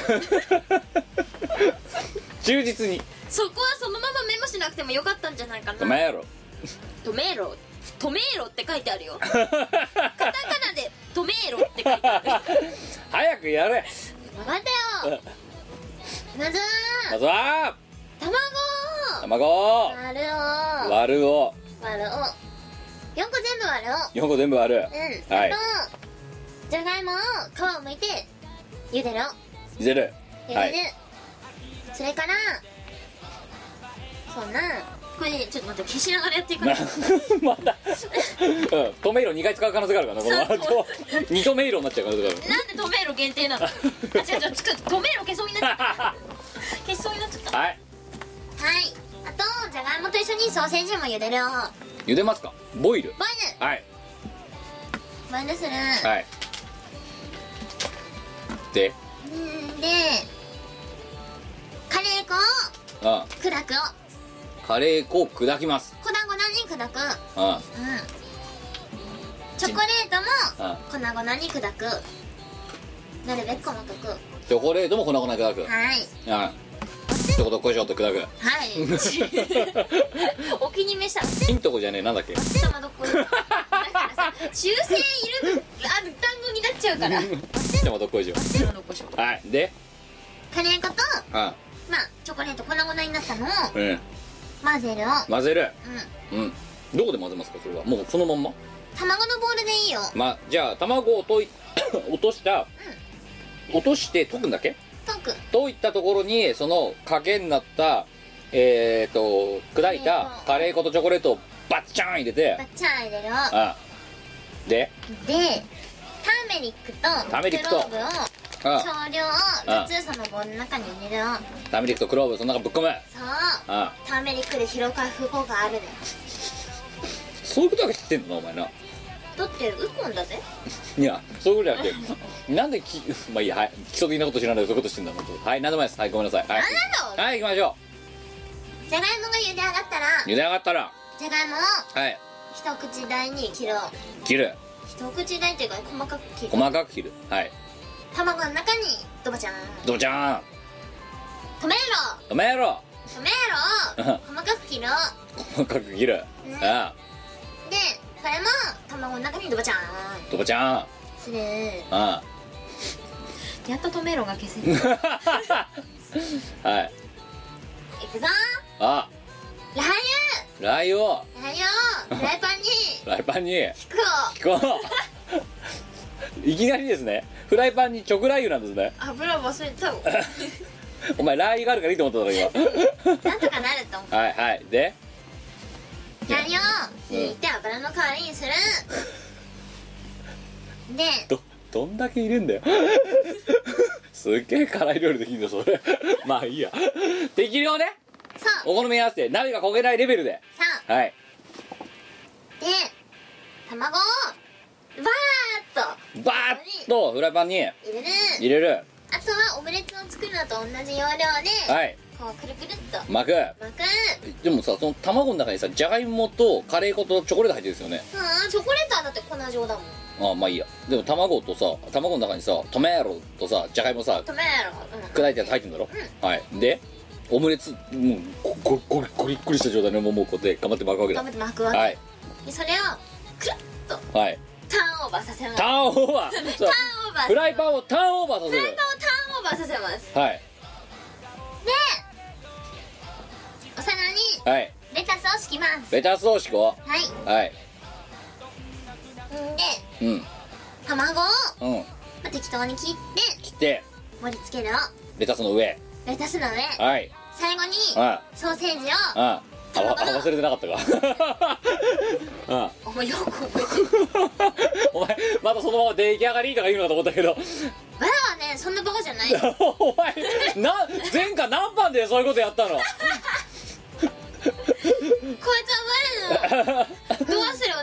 忠実にそこはそのままメモしなくてもよかったんじゃないかな。 お前やろトメーロトメーロって書いてあるよカタカナでトメーロって書いてある早くやれ。 分かったよ。まずはまずは卵卵割るを割るを割るを4個全部割るを 4個全部割る。はいあとじゃがいもを皮を剥いて茹でるを入れる。 茹でる、 はいそれからそうなこれちょっと待って消しながらやっていくのまだうんトメイロ2回使う可能性があるからな、この後2トメイロになっちゃう可能性がある。 なんでトメーロ限定なのあ、違うトメーロ消そうになっちゃった消しそうになっちゃった。 はい、 はい、あとじゃがいもと一緒にソーセージも茹でるよ。 茹でますか。ボイル。 ボイルはいボイルする。 はいででカレー粉を砕くをカレー粉を砕きます。 粉々に砕く。 あチョコレートあも粉々に砕く。なるべく細かく。 チョコレートも粉々に砕く。 はいあ一言こしょっと砕く。 はいお気に召したヒントこじゃねえ、なんだっけ。 頭どっこいだからさ修正いる単語になっちゃうからでもどっこいしょ。 頭どっこいしょ。 はいでカレー粉とあまあチョコレート粉々になったのをうん混ぜるを。 混ぜる。 うんうんどこで混ぜますか。それはもうそのまんま。 卵のボウルでいいよ。 じゃあ卵を落とした落として溶くんだっけ。 溶く。 といったところにそのかけになった砕いたカレー粉とチョコレートをバッチャーン入れてバッチャー入れるを。 でターメリックとターメリックとクローブを少量を4つそのボウルの中に入れるを。 ターメリックとクローブその中ぶっ込む。 そうターメリックで疲労回復効果あるね。 そういうことは知ってんのお前な。 だってウコンだぜ。 いやそういうことじゃなくてなんでまあいいや、はい、基礎的なこと知らないでそういうことしてんだもん。はい何でもないです。はいごめんなさい。はいなんだはい行きましょじゃがいもが茹で上がったらう。茹で上がったらじゃがいもをはい一口大に切ろう。 切る。 一口大っていうか細かく切る。 細かく切る。はい卵の中にドバちゃんドジャーントメ止めろーロトメーロを細かく切ろう。 細かく切る。あでこれも卵の中にドバちゃんドバちゃんする。 あやっとトメーロが消せるはいいくぞ。 あラーラー油を油ラー油をフライパンにフライパンに引くを。 こういきなりですねフライパンに直ラー油なんですね。 油忘れたわお前ラー油があるからいいと思ったんだ今なんとかなると思う。 はいはいでラー油を引いて油の代わりにする。でどんだけ入れんだよすっげえ辛い料理できるんだよそれまあいいや適量ね。 そうお好みに合わせて鍋が焦げないレベルで。 さはいで卵をバーッとバーッとフライパンに入入れる。 あとはオムレツを作るのと同じ要領で、 はい、 こうくるくるっと巻く。でもさ、その卵の中にさ、じゃがいもとカレー粉とチョコレート入ってるんですよね。 チョコレートはだって粉状だもん。 ああ、まあいいや。でも卵とさ、卵の中にさ、トメロとさ、じゃがいもさ、 トメロ、 砕いたやつ入ってんだろ。はいでオムレツ、もうゴリッゴリした状態のもうこうやって頑張って巻くわけだ。 頑張って巻くわけ、 はい、 でそれをくるっとはい、 ターンオーバーさせます。 ターンオーバー。そうターンオーバーフライパンをターンオーバーさせる。 フライパンをターンオーバーさせます。 はいでお皿にはい、 レタスを敷きます。 レタスを敷こはい。 う。はい、 でうん卵を、 うん、 まあ、適当に切って切って盛り付けるの。 レタスの上。 レタスの上、 はい、 最後にあソーセージをあ忘れてなかったか。あお前よく覚えてる。 お前またそのまま出来上がりとか言うのかと思ったけどわらはねそんなバカじゃないよ。 お前前回何番でそういうことやったの。 こいつは我のド忘れを狙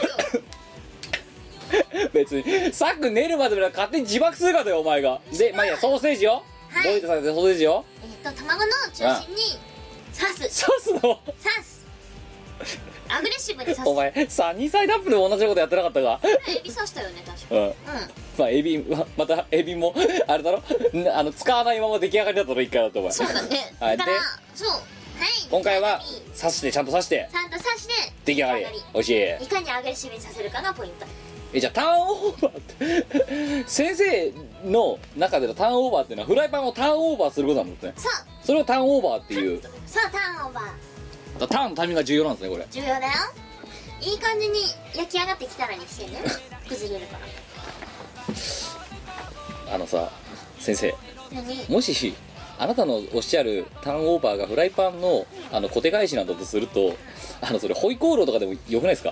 ってるよ。 別にさっく練るまでの勝手に自爆するかだよお前が。でまあいいや、ソーセージよ、 はいボイルされたソーセージよ。 卵の中心に刺す。 刺すの。 刺す。アグレッシブに刺す。 お前2歳ダップでも同じことやってなかったか。 エビ刺したよね確か。 うん、まあエビまたエビもあれだろ、使わないまま出来上がりだったの1回だとお前。 そうだね。 はい、でだからそう。はい。 今回は刺してちゃんと刺してちゃんと刺して出来上がり。おいしい。 いかにアグレッシブにさせるかがポイント。 じゃあターンオーバーって先生の中でのターンオーバーっていうのはフライパンをターンオーバーすることなんですね。 そう。 それをターンオーバーっていう。 そうターンオーバー。 ターンのタイミングが重要なんですねこれ。 重要だよ。いい感じに焼き上がってきたらにしてね。崩れるから。 さ先生、 何？ もしあなたのおっしゃるターンオーバーがフライパンの小手返しなんだとすると、それホイコーローとかでもよくないですか？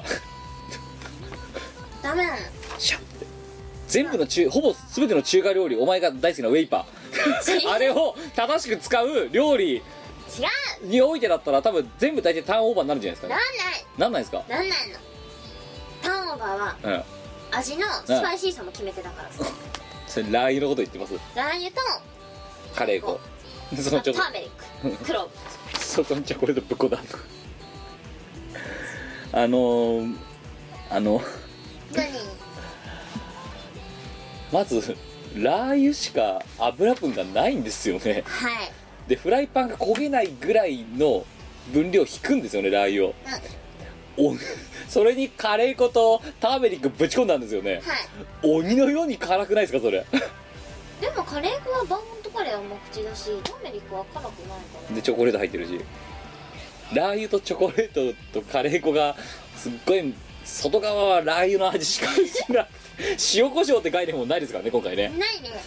ダメなの。 シャッて全部のほぼ全ての中華料理、お前が大好きなウェイパーあれを正しく使う料理違うにおいてだったら多分全部大体ターンオーバーになるんじゃないですかね。なんないですか？ なんないの。ターンオーバーは、味のスパイシーさも決め手だからさ。 それラー油のこと言ってます？ ラー油とカレー粉、そのターメリック、クローブ、 そこにチョコレートぶっこだ何？ まずラー油しか油分がないんですよね。 はい。 でフライパンが焦げないぐらいの分量引くんですよね、ラー油を。それにカレー粉とターメリックぶち込んだんですよね。はい。鬼のように辛くないですかそれ？ でもカレー粉はバーモントカレーは甘口だし、ターメリックは辛くないから。 でチョコレート入ってるし、ラー油とチョコレートとカレー粉がすっごい、外側はラー油の味しかしない塩コショウって概念もないですからね今回ね。 ないね。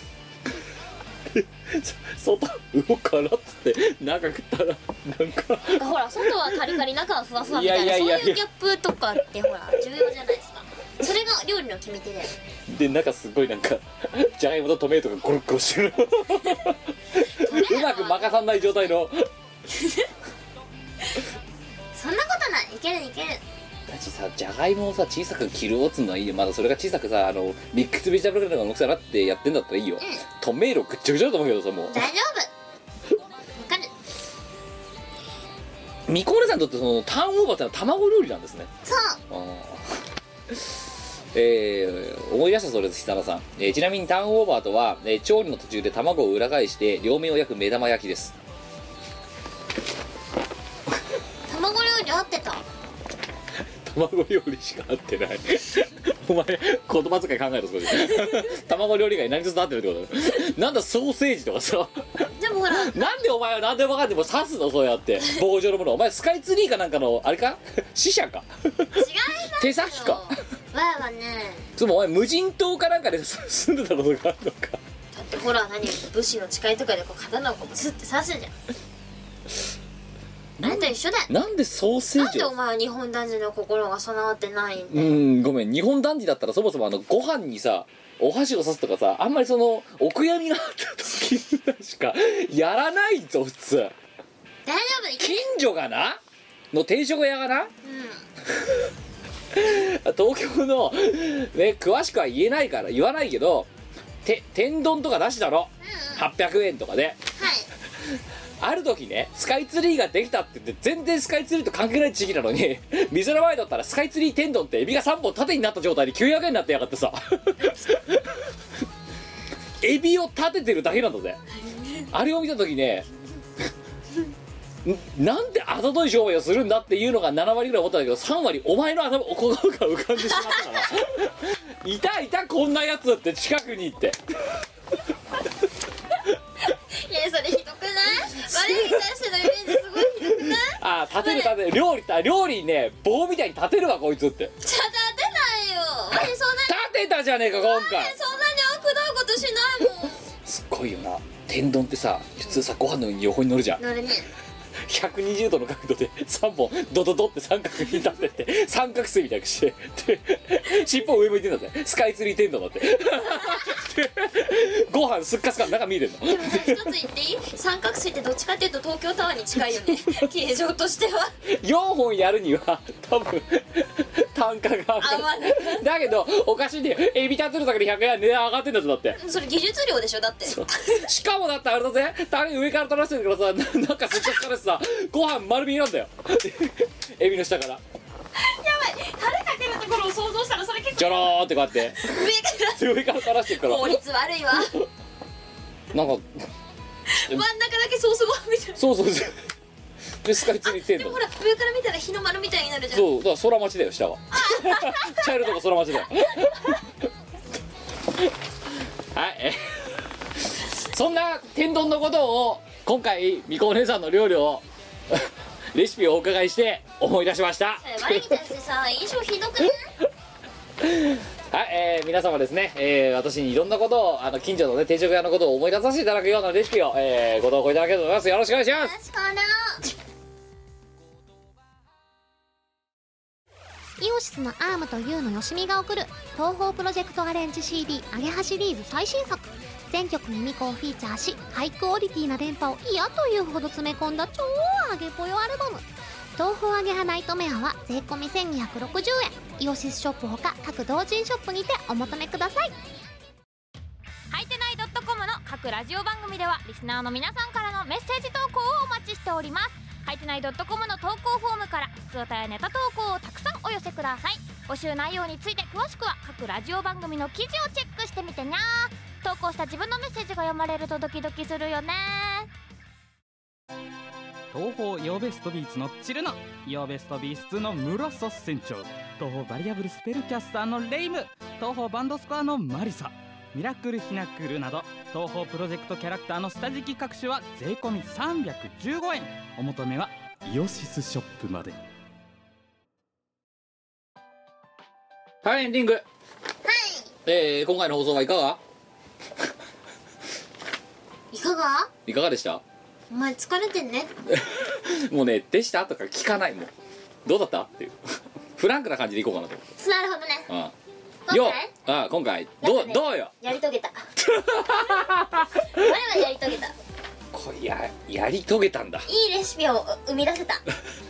外からっつって中食ったらなんかほら外はカリカリ中はふわふわみたいな、そういうギャップとかってほら重要じゃないですか。それが料理の決め手だよ。 で中すごいなんかじゃがいもとトメイトがゴロッゴロしてるうまく任さんない状態のそんなことない。いけるいける。 だしさ、じゃがいもをさ小さく切るおつのはいいよ。まだそれが小さくさミックスベジタブルぐらいの大きさだってやってんだったらいいよ、トメイロぐっちゃぐちゃだと思うけどさ、もう大丈夫。わかる。 ミコーレさんにとってそのターンオーバーってのは卵料理なんですね。 そう思い出したそうです、久田さん。ちなみにターンオーバーとは、調理の途中で卵を裏返して両面を焼く目玉焼きです。 卵料理合ってた。 卵料理しか合ってないお前言葉遣い考えろそこで卵料理以外何一つ合ってるってことなんだソーセージとかさでもほらなんでお前は何でも分かっても刺すの、そうやって棒状のもの。お前スカイツリーかなんかのあれか死者か違いますよ。 手先か。 わーはね、 つまりお前無人島かなんかで住んでたことがあるのか。 だってほら何武士の誓いとかでこう刀をこうブスって刺すじゃん。あれと一緒だよ。 なんでソーセージを。 なんでお前は日本男児の心が備わってないんだよ。 ごめん、日本男児だったらそもそもご飯にさお箸を刺すとかさ、あんまりそのお悔やみがあった時しかやらないぞ普通。 大丈夫。 近所がなの定食屋がな、 東京のね詳しくは言えないから言わないけど、天丼とか出したの、800円とかで、ある時ねスカイツリーができたって言って全然スカイツリーと関係ない地域なのに店の前だったらスカイツリー天丼ってエビが3本縦になった状態で900円になってやがってさエビを立ててるだけなんだぜ。あれを見た時ねなんであざとい商売をするんだっていうのが7割ぐらい思ったんだけど、3割お前の頭おこが浮かんでしまったからいたこんなやつって近くに行っていやそれひどくない？悪いに対してのイメージすごいひどくない？ ああ立てる料理にね棒みたいに立てるわこいつって。 じゃ立てないよ。マジそんなに立てたじゃねえか今回。 そんなに悪どいことしないもん。 すっごいよな。天丼ってさ普通さご飯の上に横に乗るじゃん。 乗るね。 120度の角度で3本ドドドって三角に立ってって三角錐みたいにしてで尻尾上向いてんだぜ。スカイツリー天丼だってご飯すっかすか中見えてんの。 でもさ一つ言っていい？三角錐ってどっちかっていうと東京タワーに近いよね形状としては。 4本やるには多分単価が上がる。だけどおかしいんだよ。エビ立てるだけで100円値段上がってんだぞだって。 それ技術量でしょだって。 しかもだってあれだぜ、タレ上から垂らしてるからさ、なんかすっかすかでさご飯丸見えなんだよエビの下から。 やばい、タレかけるところを想像したらそれ結構ジョローってこうやって上から垂らしてるから効率悪いわなんか真ん中だけソースご飯みたいな。 そうでスカイツリー天丼。 でもほら上から見たら日の丸みたいになるじゃん。 そうだから空町だよ下は茶色とか空町だよはいそんな天丼のことを今回みこお姉さんの料理をレシピをお伺いして思い出しました。 我に対してさ印象ひどくない？ はい、皆様ですね、私にいろんなことを近所のね定食屋のことを思い出させていただくようなレシピを、ご投稿いただければと思います。よろしくお願いします。 よろしくお願い。 イオシスのアームとユウのよしみが送る東宝プロジェクトアレンジ CD アゲハシリーズ最新作。全曲ミミコをフィーチャーし、ハイクオリティな電波を嫌というほど詰め込んだ超アゲぽよアルバム。東宝アゲハナイトメアは税込み1260円。イオシスショップほか各同人ショップにてお求めください。 はいてない .com の各ラジオ番組ではリスナーの皆さんからのメッセージ投稿をお待ちしております。はいてない .com の投稿フォームから普通歌やネタ投稿をたくさんお寄せください。募集内容について詳しくは各ラジオ番組の記事をチェックしてみてにゃー。投稿した自分のメッセージが読まれるとドキドキするよね。 東宝ヨーベストビーツのチルノ、ヨーベストビーツ2のムロソス船長、東宝バリアブルスペルキャスターのレイム、東宝バンドスコアのマリサ、ミラクルヒナクルなど東宝プロジェクトキャラクターの下敷き各種は税込み315円。お求めはイオシスショップまで。 はい、エンディング。はい、今回の放送はいかがいかがでした？ お前疲れてんねもうね、でしたとか聞かない。もうどうだったっていうフランクな感じでいこうかなと。 なるほどね。 今回どうよ。 やり遂げた我はやり遂げた。 これやり遂げたんだ。 いいレシピを生み出せた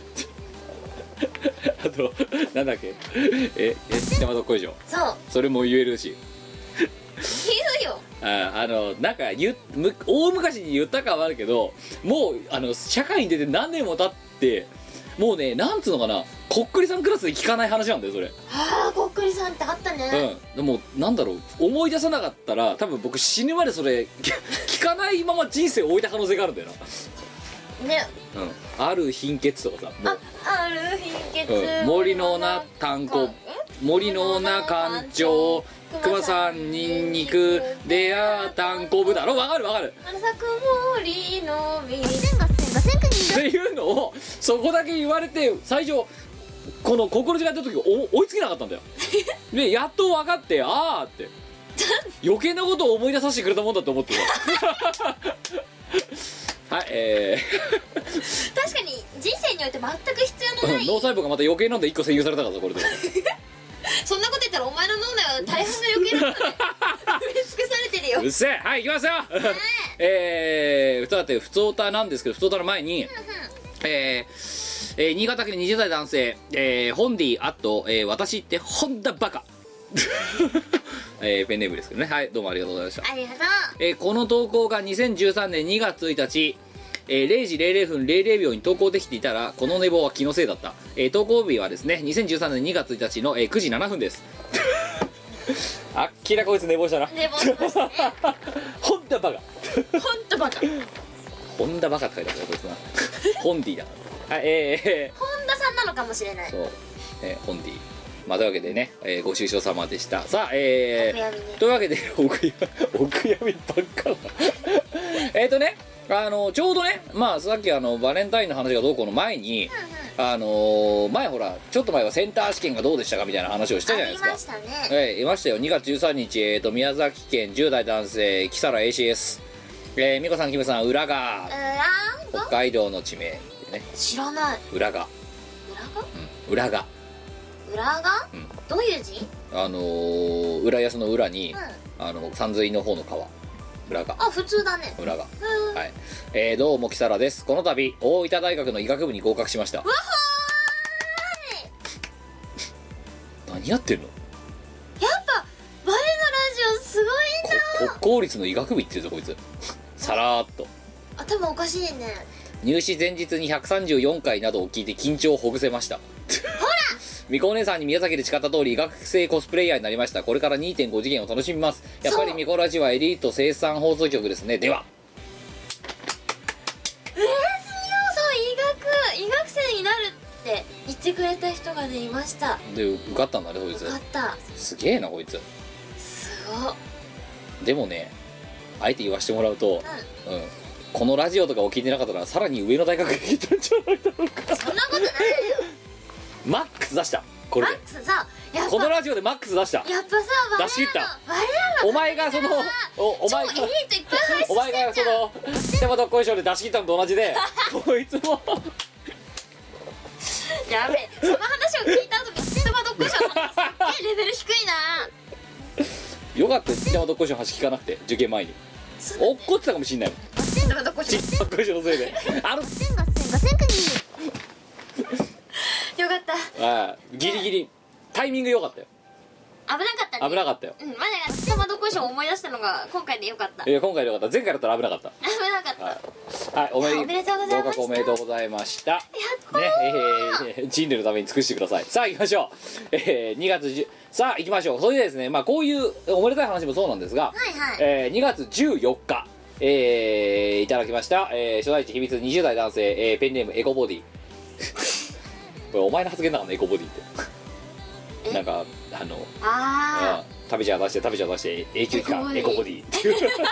あとなんだっけ山田小以上。 そうそれも言えるし言うよ。 なんか大昔に言ったかはあるけど、もう社会に出て何年も経ってもうね、なんつうのかな、こっくりさんクラスで聞かない話なんだよそれ。 はあ、こっくりさんってあったね。 でもなんだろう、思い出さなかったら多分僕死ぬまでそれ聞かないまま人生を終えた可能性があるんだよなね。 ある貧血とかさ、 ある貧血、 森のな炭鉱、森のな館長、熊さんニンニクでや炭鉱部だろ。わかる咲く森の実っていうのをそこだけ言われて、最初この心力やった時追いつけなかったんだよでやっと分かって、あーって余計なことを思い出させてくれたもんだと思ってるはい、 確かに人生において全く必要のない脳細胞がまた余計なんで1個占有されたからさ、これでそんなこと言ったらお前の脳内は大半が余計なんだね埋め尽くされてるよ。 うっせえ。はい、行きますよ普通オタなんですけど、普通オタの前に新潟県20代男性、ホンディ私ってホンダバカペンネームですけどね。はい、どうもありがとうございました。 ありがとう。 この投稿が2013年2月1日、0時00分00秒に投稿できていたらこの寝坊は気のせいだった。投稿日はですね2013年2月1日の、9時7分ですあっきらこいつ寝坊したな。 寝坊しましたねホンダバカほんとバカ。 ホンダバカって書いてあるよこいつなホンディだ。はい、 本田さんなのかもしれない。 そう、ホンディ。まあ、というわけでね、ご愁傷様でした。さあ、 お悔やみね。 というわけでお悔やみばっかだね、ちょうどね、まあさっきバレンタインの話がどうこうの前に、前ほらちょっと前はセンター試験がどうでしたかみたいな話をしたじゃないですか。 ありましたね。 いましたよ。2月13日、宮崎県10代男性木更 ACS、美子さんキムさん浦賀、北海道の地名でね。 知らない。 浦賀、浦賀、 浦賀、どういう字？ 浦安の裏に、山水の方の川、浦賀。 あ、普通だね。 浦賀。はい。どうも木更です。この度大分大学の医学部に合格しました。わほーい何やってんの？ やっぱバレのラジオすごいな。 国公立の医学部行ってるぞこいつさらーっと。 頭おかしいね。 入試前日に134回などを聞いて緊張をほぐせました。ほらみこお姉さんに宮崎で誓った通り医学生コスプレイヤーになりました。これから 2.5 次元を楽しみます。やっぱりみこラジはエリート生産放送局ですね。では医学生になるって言ってくれた人がねいました。 で受かったんだねこいつ。 受かった。 すげえなこいつ。 すごっ。でもねあえて言わせてもらうと、このラジオとかを聞いてなかったらさらに上の大学に行ったんじゃないだろうか。 そんなことないよマックス出したこれで。 マックスさ、やっぱこのラジオでマックス出した。 やっぱさ、 出し切った。 我らのお前がそのお前が超エリートいっぱい配信してんじゃん。 お前がそのステマドッコイショーで出し切ったのと同じでこいつもやべえ、その話を聞いた後にステマドッコイショーの話すっげえレベル低いな。 よかったよステマドッコイショーの話聞かなくて受験前に落っこってたかもしんないもん。 ステマドッコイショーステマドッコイショーのせいでよかった。 ギリギリタイミング良かったよ。 危なかったね。 危なかったよ。 まだステマドッコイショーを思い出したのが今回でよかった。 いや今回でよかった。前回だったら危なかった。 危なかった。 はい、おめでとうございました。 合格おめでとうございました。 やったー。 ね、人類のために尽くしてください。さあ行きましょう。2月10さあ行きましょう。それでですね、まあこういうおめでたい話もそうなんですが、2月14日、いただきました、初代地秘密20代男性、ペンネームエコボディこれお前の発言だからね、エコボディってなんか食べちゃ出して永久期間エコボディっていう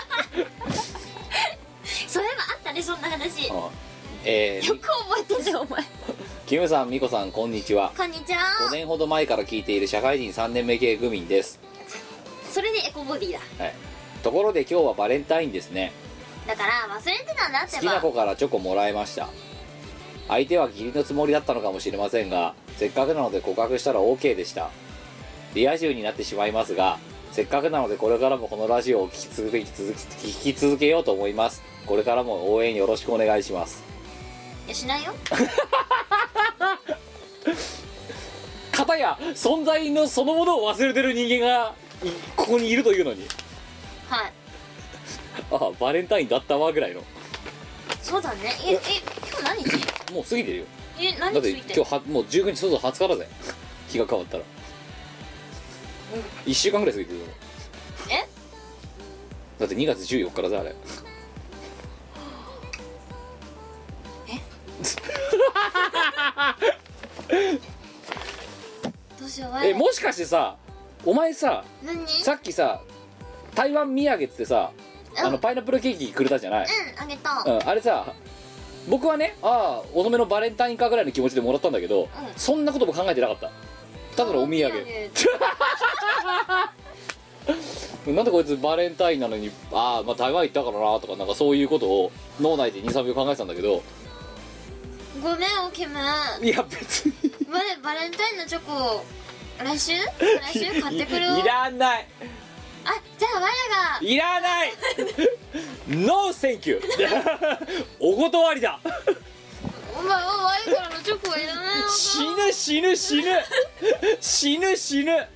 そういえばあったね、そんな話。よく覚えてんじゃんお前。 キムさん、ミコさん、こんにちは。 こんにちは。 5年ほど前から聞いている社会人3年目系グミンです。 それでエコボディだ。 はい。ところで今日はバレンタインですね。 だから忘れてたんだってば。 好きな子からチョコもらいました。相手は義理のつもりだったのかもしれませんが、せっかくなので告白したら OK でした。リア充になってしまいますが、せっかくなのでこれからもこのラジオを聞き続けようと思います。これからも応援よろしくお願いします。 いや、しないよ。 かたや存在のそのものを忘れてる人間がここにいるというのに、 はい。 ああバレンタインだったわぐらいの。 そうだね。今日何日？ もう過ぎてるよ。 何だって日過ぎて今日もう19日、そうそう20日だぜ。日が変わったら、1週間ぐらい過ぎてるよ。だって2月14日からさあれ。 どうしよう。 もしかしてさ、お前さ、 何？ さっきさ台湾土産っつってさ、パイナップルケーキくれたじゃない。 あげた。 あれさ、僕はね、遅めのバレンタインかぐらいの気持ちでもらったんだけど、そんなことも考えてなかった。ただのお土産なんでこいつバレンタインなのにまあ台湾行ったからなとか、なんかそういうことを脳内で 2,3 秒考えてたんだけど。 ごめんおきむ。 いや別にバレンタインのチョコ来週買ってくるよ。 いらない。 じゃあ我がいらないノーセンキューお断りだ。 お前はワイからのチョコはいらないのか。 死ぬ死ぬなんでよ。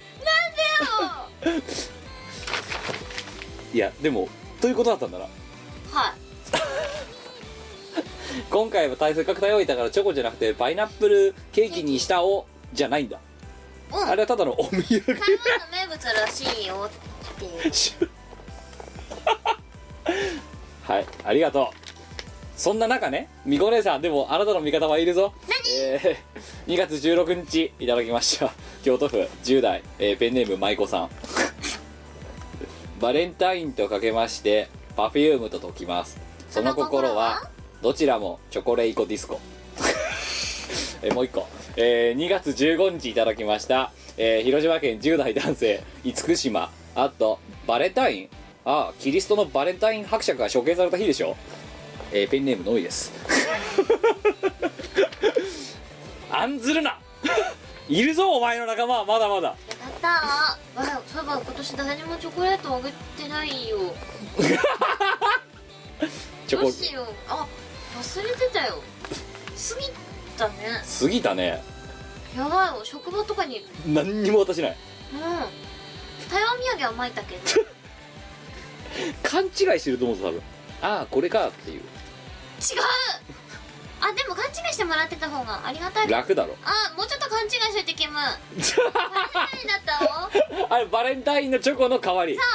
いやでもということだったんだな。 はい。 今回はせっかく頼いたからチョコじゃなくてパイナップルケーキにしたをじゃないんだ、 うん、 あれはただのお土産。 台湾の名物らしいよっていうはい、ありがとう。そんな中ね、みこ姉さん、でもあなたの味方はいるぞ。2月16日いただきました。京都府10代、ペンネーム舞子さん。バレンタインとかけましてパフュームと解きます。その心はどちらもチョコレイコディスコ。もう一個、2月15日いただきました、広島県10代男性厳島。あとバレンタイン、キリストのバレンタイン伯爵が処刑された日でしょ。ペンネームのみです。案ずるな。いるぞお前の仲間はまだまだ。 やったー。そういえば今年誰にもチョコレートあげてないよ。どうしよう。忘れてたよ。過ぎたね。 過ぎたね。 やばいよ、職場とかに何にも渡しない。 台湾土産は巻いたけど勘違いしてると思うぞ多分。これかっていう。 違う。でも勘違いしてもらってた方がありがたい。 楽だろ。 もうちょっと勘違いしといてキム。バレンタインだったの。 あれバレンタインのチョコの代わり。 さ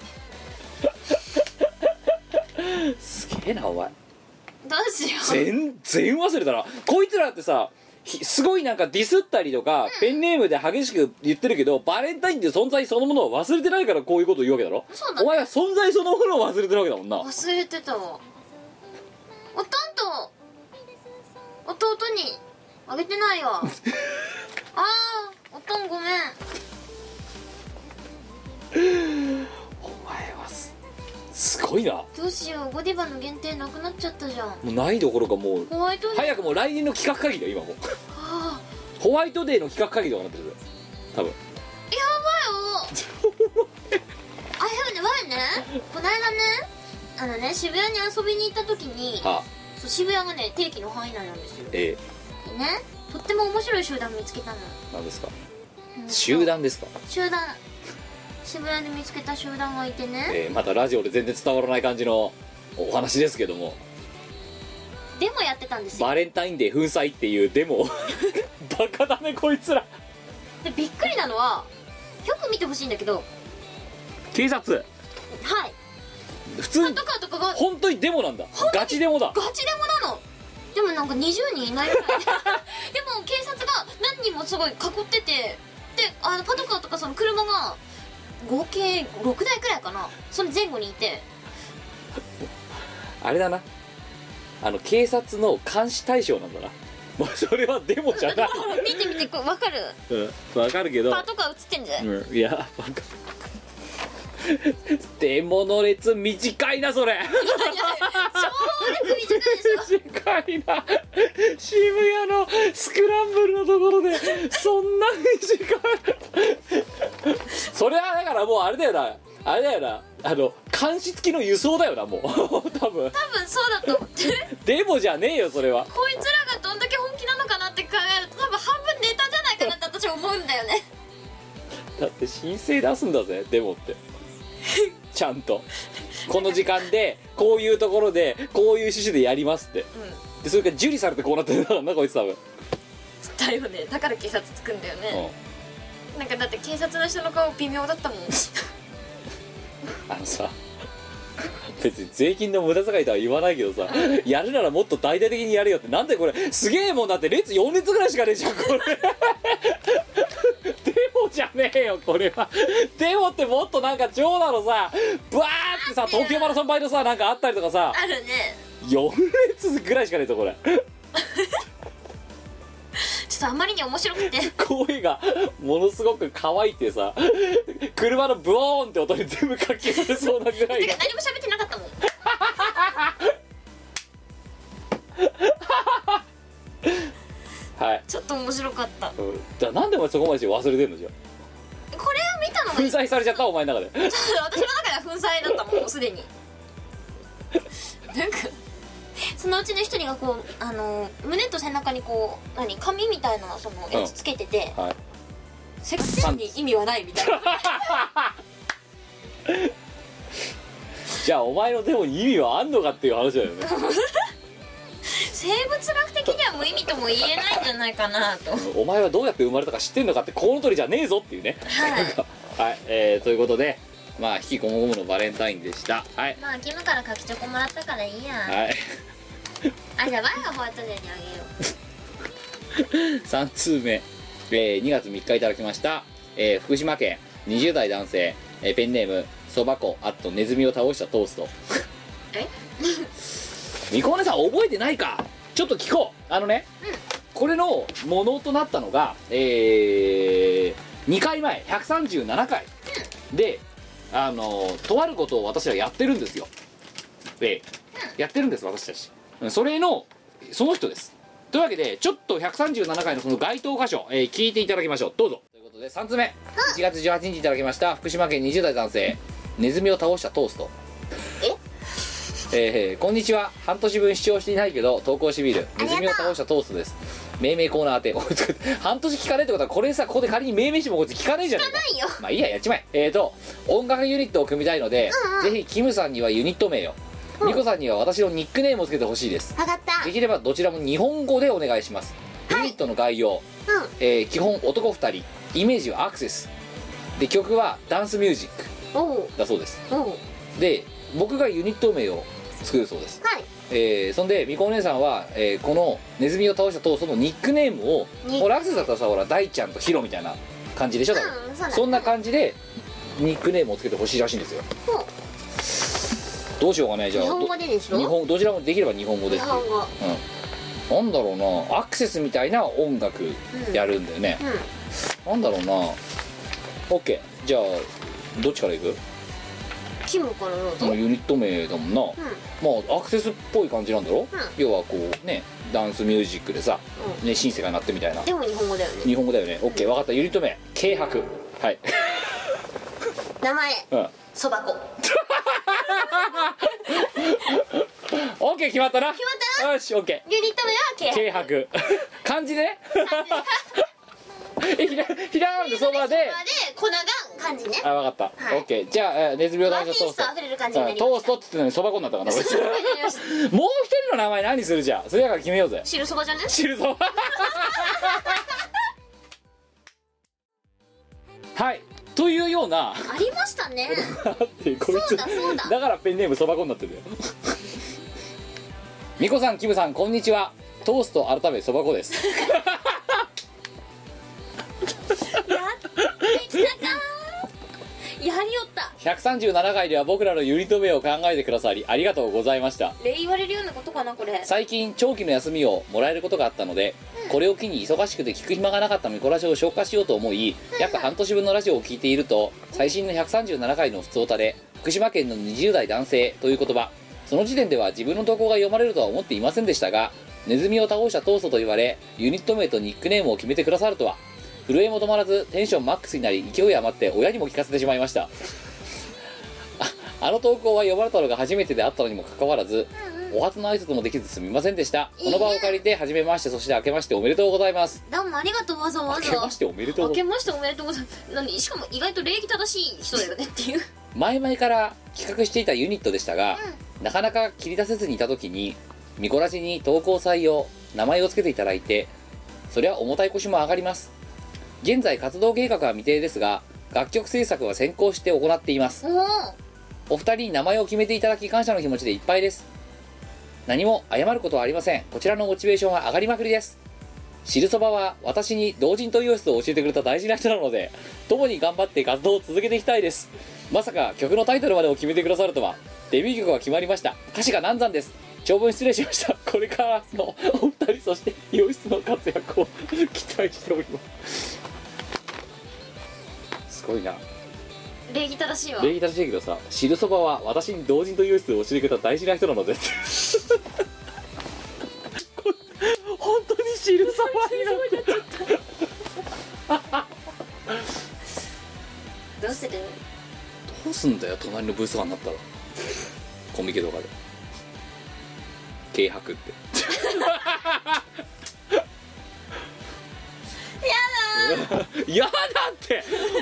すげえなお前。 どうしよう。 全然忘れたな。こいつらってさ、すごいなんかディスったりとか、ペンネームで激しく言ってるけど、バレンタインっていう存在そのものを忘れてないからこういうことを言うわけだろ。 そうだね。 お前は存在そのものを忘れてるわけだもんな。 忘れてたわ。おとんと弟にあげてないわ。おとんごめん。 お前はすごいな。 どうしよう、ゴディバの限定なくなっちゃったじゃん。 もうないどころかもうホワイトデー早くもう来年の企画会議だよ今もう。ホワイトデーの企画会議とかなってる多分。 やばいよ。前ね、この間ね、渋谷に遊びに行った時に、そう渋谷がね定期の範囲内なんですよ。でね、とっても面白い集団見つけたの。 何ですか？集団ですか？ 集団、渋谷で見つけた集団がいてね、 またラジオで全然伝わらない感じのお話ですけども、 デモやってたんですよ。 バレンタインデー粉砕っていうデモ。バカだねこいつら。 でびっくりなのは、よく見てほしいんだけど、 警察、 はい、 普通パトカーとかが本当にデモなんだ。ガチデモだ。 ガチデモなの。でもなんか20人いないぐらいででも警察が何人もすごい囲ってて、でパトカーとかその車が合計6台くらいかな、その前後にいて、 あれだな、警察の監視対象なんだな。もうそれはデモじゃない。 見てみて、これ分かる？ 分かるけど、 パトカー映ってんじゃない？ いや分かる。デモの列短いなそれ。 超列短いでしょ。 短いな。渋谷のスクランブルのところでそんな短い。それはだからもうあれだよな、監視付きの輸送だよなもう。多分そうだと思って。 デモじゃねえよそれは。 こいつらがどんだけ本気なのかなって考えると、多分半分ネタじゃないかなって私は思うんだよね。 だって申請出すんだぜデモって。ちゃんとこの時間でこういうところでこういう趣旨でやりますって、でそれから受理されてこうなってるんだからなこいつ多分。 だよね、だから警察つくんだよね。なんかだって警察の人の顔微妙だったもん。 さ、別に税金の無駄遣いとは言わないけどさ、やるならもっと大々的にやれよって。なんでこれすげえもんだって、列4列ぐらいしかねえじゃんこれ。デモじゃねえよこれは。デモってもっとなんか長蛇のさ、ブワーってさ、東京マラソン倍のさ、なんかあったりとかさ、 あるね。 4列ぐらいしかねえぞこれ。 ちょっとあまりに面白くて声がものすごく可愛いってさ、車のブオーンって音に全部かき消されそうなぐらい。 てか何も喋ってなかったもん。 はい、 ちょっと面白かった。 じゃあなんでお前そこまでして忘れてんのじゃん。 これを見たのが粉砕されちゃったお前の中で。 私の中では粉砕だったもんすでに。なんかそのうちの一人がこう胸と背中にこう紙みたいなそのやつつけてて、 はい、 セクシーに意味はないみたいなじゃあお前のデモに意味はあんのかっていう話だよね生物学的には無意味とも言えないんじゃないかなとお前はどうやって生まれたか知ってんのかってコウノトリじゃねえぞっていうねはい、ということでまあ引きこもごものバレンタインでした。はい、 まあキムから柿チョコもらったからいいや。 はいあ、じゃあバイがホワイトデーにあげよう 3通目、2月3日いただきました、福島県20代男性、ペンネームそば粉ネズミを倒したトーストみこおねさん覚えてないか。ちょっと聞こう。これのものとなったのが、2回前137回でとあることを私はやってるんですよ。やってるんです私たち。それのその人です。というわけでちょっと137回のその該当箇所、聞いていただきましょう。どうぞ。ということで3つ目、1月18日いただきました福島県20代男性、ネズミを倒したトースト。こんにちは。半年分視聴していないけど投稿してみるネズミを倒したトーストです。命名コーナー当て半年聞かねえってことはこれさ、ここで仮に命名してもこいつ聞かねえじゃねえか。 聞かないよ。 まあいいや、やっちまえ。音楽ユニットを組みたいので、ぜひキムさんにはユニット名を、ミコさんには私のニックネームをつけてほしいです。 分かった。 できればどちらも日本語でお願いします。ユニットの概要、基本男2人、イメージはアクセスで、曲はダンスミュージックだそうです。で僕がユニット名を作るそうです。そんでみこお姉さんは、このネズミを倒したトーストのニックネームを、ほらアクセスだったらさ、ほら大ちゃんとヒロみたいな感じでしょ。そんな感じでニックネームをつけてほしいらしいんですよ。どうしようかね。じゃあ日本語ででしょ。 どちらもできれば日本語でっていう。なんだろうな、アクセスみたいな音楽やるんだよね。なんだろうな。 OK、 じゃあどっちからいく？ キムからどうぞ。 ユニット名だもんな。まあアクセスっぽい感じなんだろ。要はこうね、ダンスミュージックでさ、ね、シンセが鳴ってみたいな。 でも日本語だよね。 日本語だよね。 OK、 分かった。ユニット名軽薄。はい。 名前そば粉。 オッケー、決まったな。 決まった。 よし、オッケー。 ユニット名は軽薄。漢字でね。ひらがなでそばで粉が漢字ね。 あ、分かった。オッケー。じゃあネズミを倒したトースト。 ワンピースと溢れる感じになりました。 トーストって言ってたのにそば粉になったかな。もう一人の名前何する？じゃあそれだから決めようぜ。 汁そばじゃね。 汁そば。はい、というようなありましたね。 そうだそうだ。だからペンネームそば粉になってるよ。みこさん、キムさん、こんにちは。トースト改めそば粉です。 やりよった。 137回では僕らのユニット名を考えてくださりありがとうございました。 言われるようなことかなこれ。 最近長期の休みをもらえることがあったので、これを機に忙しくて聞く暇がなかったミコラジオを消化しようと思い、約半年分のラジオを聞いていると、最新の137回のふつおたで福島県の20代男性という言葉、その時点では自分の投稿が読まれるとは思っていませんでしたが、ネズミを倒したトーストと言われユニット名とニックネームを決めてくださるとは、震えも止まらずテンションマックスになり、勢い余って親にも聞かせてしまいました。あの投稿は読まれたのが初めてであったのにもかかわらず、お初の挨拶もできずすみませんでした。この場を借りて初めまして、そして明けましておめでとうございます。 どうもありがとう。わざわざ明けましておめでとうございます。 明けましておめでとうございます。しかも意外と礼儀正しい人だよねっていう。 前々から企画していたユニットでしたが、なかなか切り出せずにいた時にミコラジに投稿採用、名前を付けていただいて、そりゃ重たい腰も上がります。現在活動計画は未定ですが、楽曲制作は先行して行っています。お二人に名前を決めていただき感謝の気持ちでいっぱいです。何も謝ることはありません。こちらのモチベーションは上がりまくりです。汁そばは私に同人とイオシスを教えてくれた大事な人なので、共に頑張って活動を続けていきたいです。まさか曲のタイトルまでを決めてくださるとは。デビュー曲が決まりました。歌詞が難産です。長文失礼しました。これからのお二人、そしてイオシスの活躍を期待しております。すごいな。 礼儀正しいわ。 礼儀正しいけどさ、汁そばは私に同人とイオシスを教えてくれた大事な人なので。本当に汁そばになっちゃった。 どうする？ どうすんだよ、隣のブースワンになったら。コミケとかで軽薄ってやだって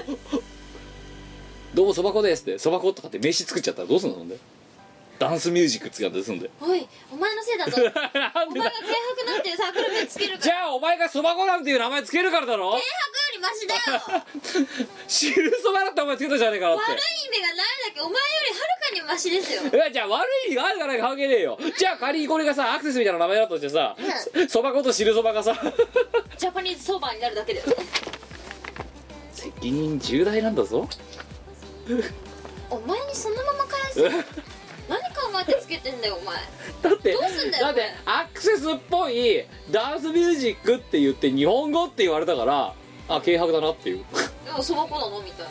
どうもそば粉ですってそば粉とかって名刺作っちゃったらどうすんの？ほんでダンスミュージック使ってすんでおいお前のせいだぞお前が軽薄なんていうサークル名つけるからじゃあお前がそば粉なんていう名前つけるからだろ。 軽薄よりマシだよ汁そばだってお前つけたじゃねえかなって。 悪い意味がないだけお前よりはるかにマシですよいやじゃあ悪い意味があるから関係ねえよ。じゃあ仮にこれがさアクセスみたいな名前だとしてさそば粉と汁そばがさジャパニーズソーバーになるだけだよ責任重大なんだぞお前にそのまま返す何考えてつけてんだよお前だってどうすんだよだってアクセスっぽいダンスミュージックって言って日本語って言われたからあ軽薄だなっていうでもそば粉なのみたいな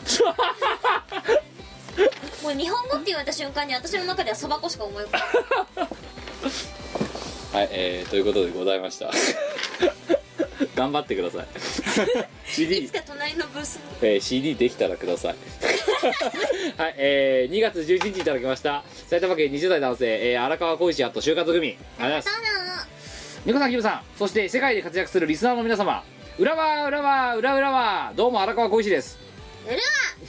もう日本語って言われた瞬間に私の中ではそば粉しか思い浮かはい、ということでございました頑張ってくださいCD いつか隣のブースに、 CD できたらくださいはい、2月11日いただきました埼玉県20代男性、荒川浩一と就活組ありがとうございますみこさんキムさんそして世界で活躍するリスナーの皆様裏は裏は裏裏はどうも荒川浩一です。 うら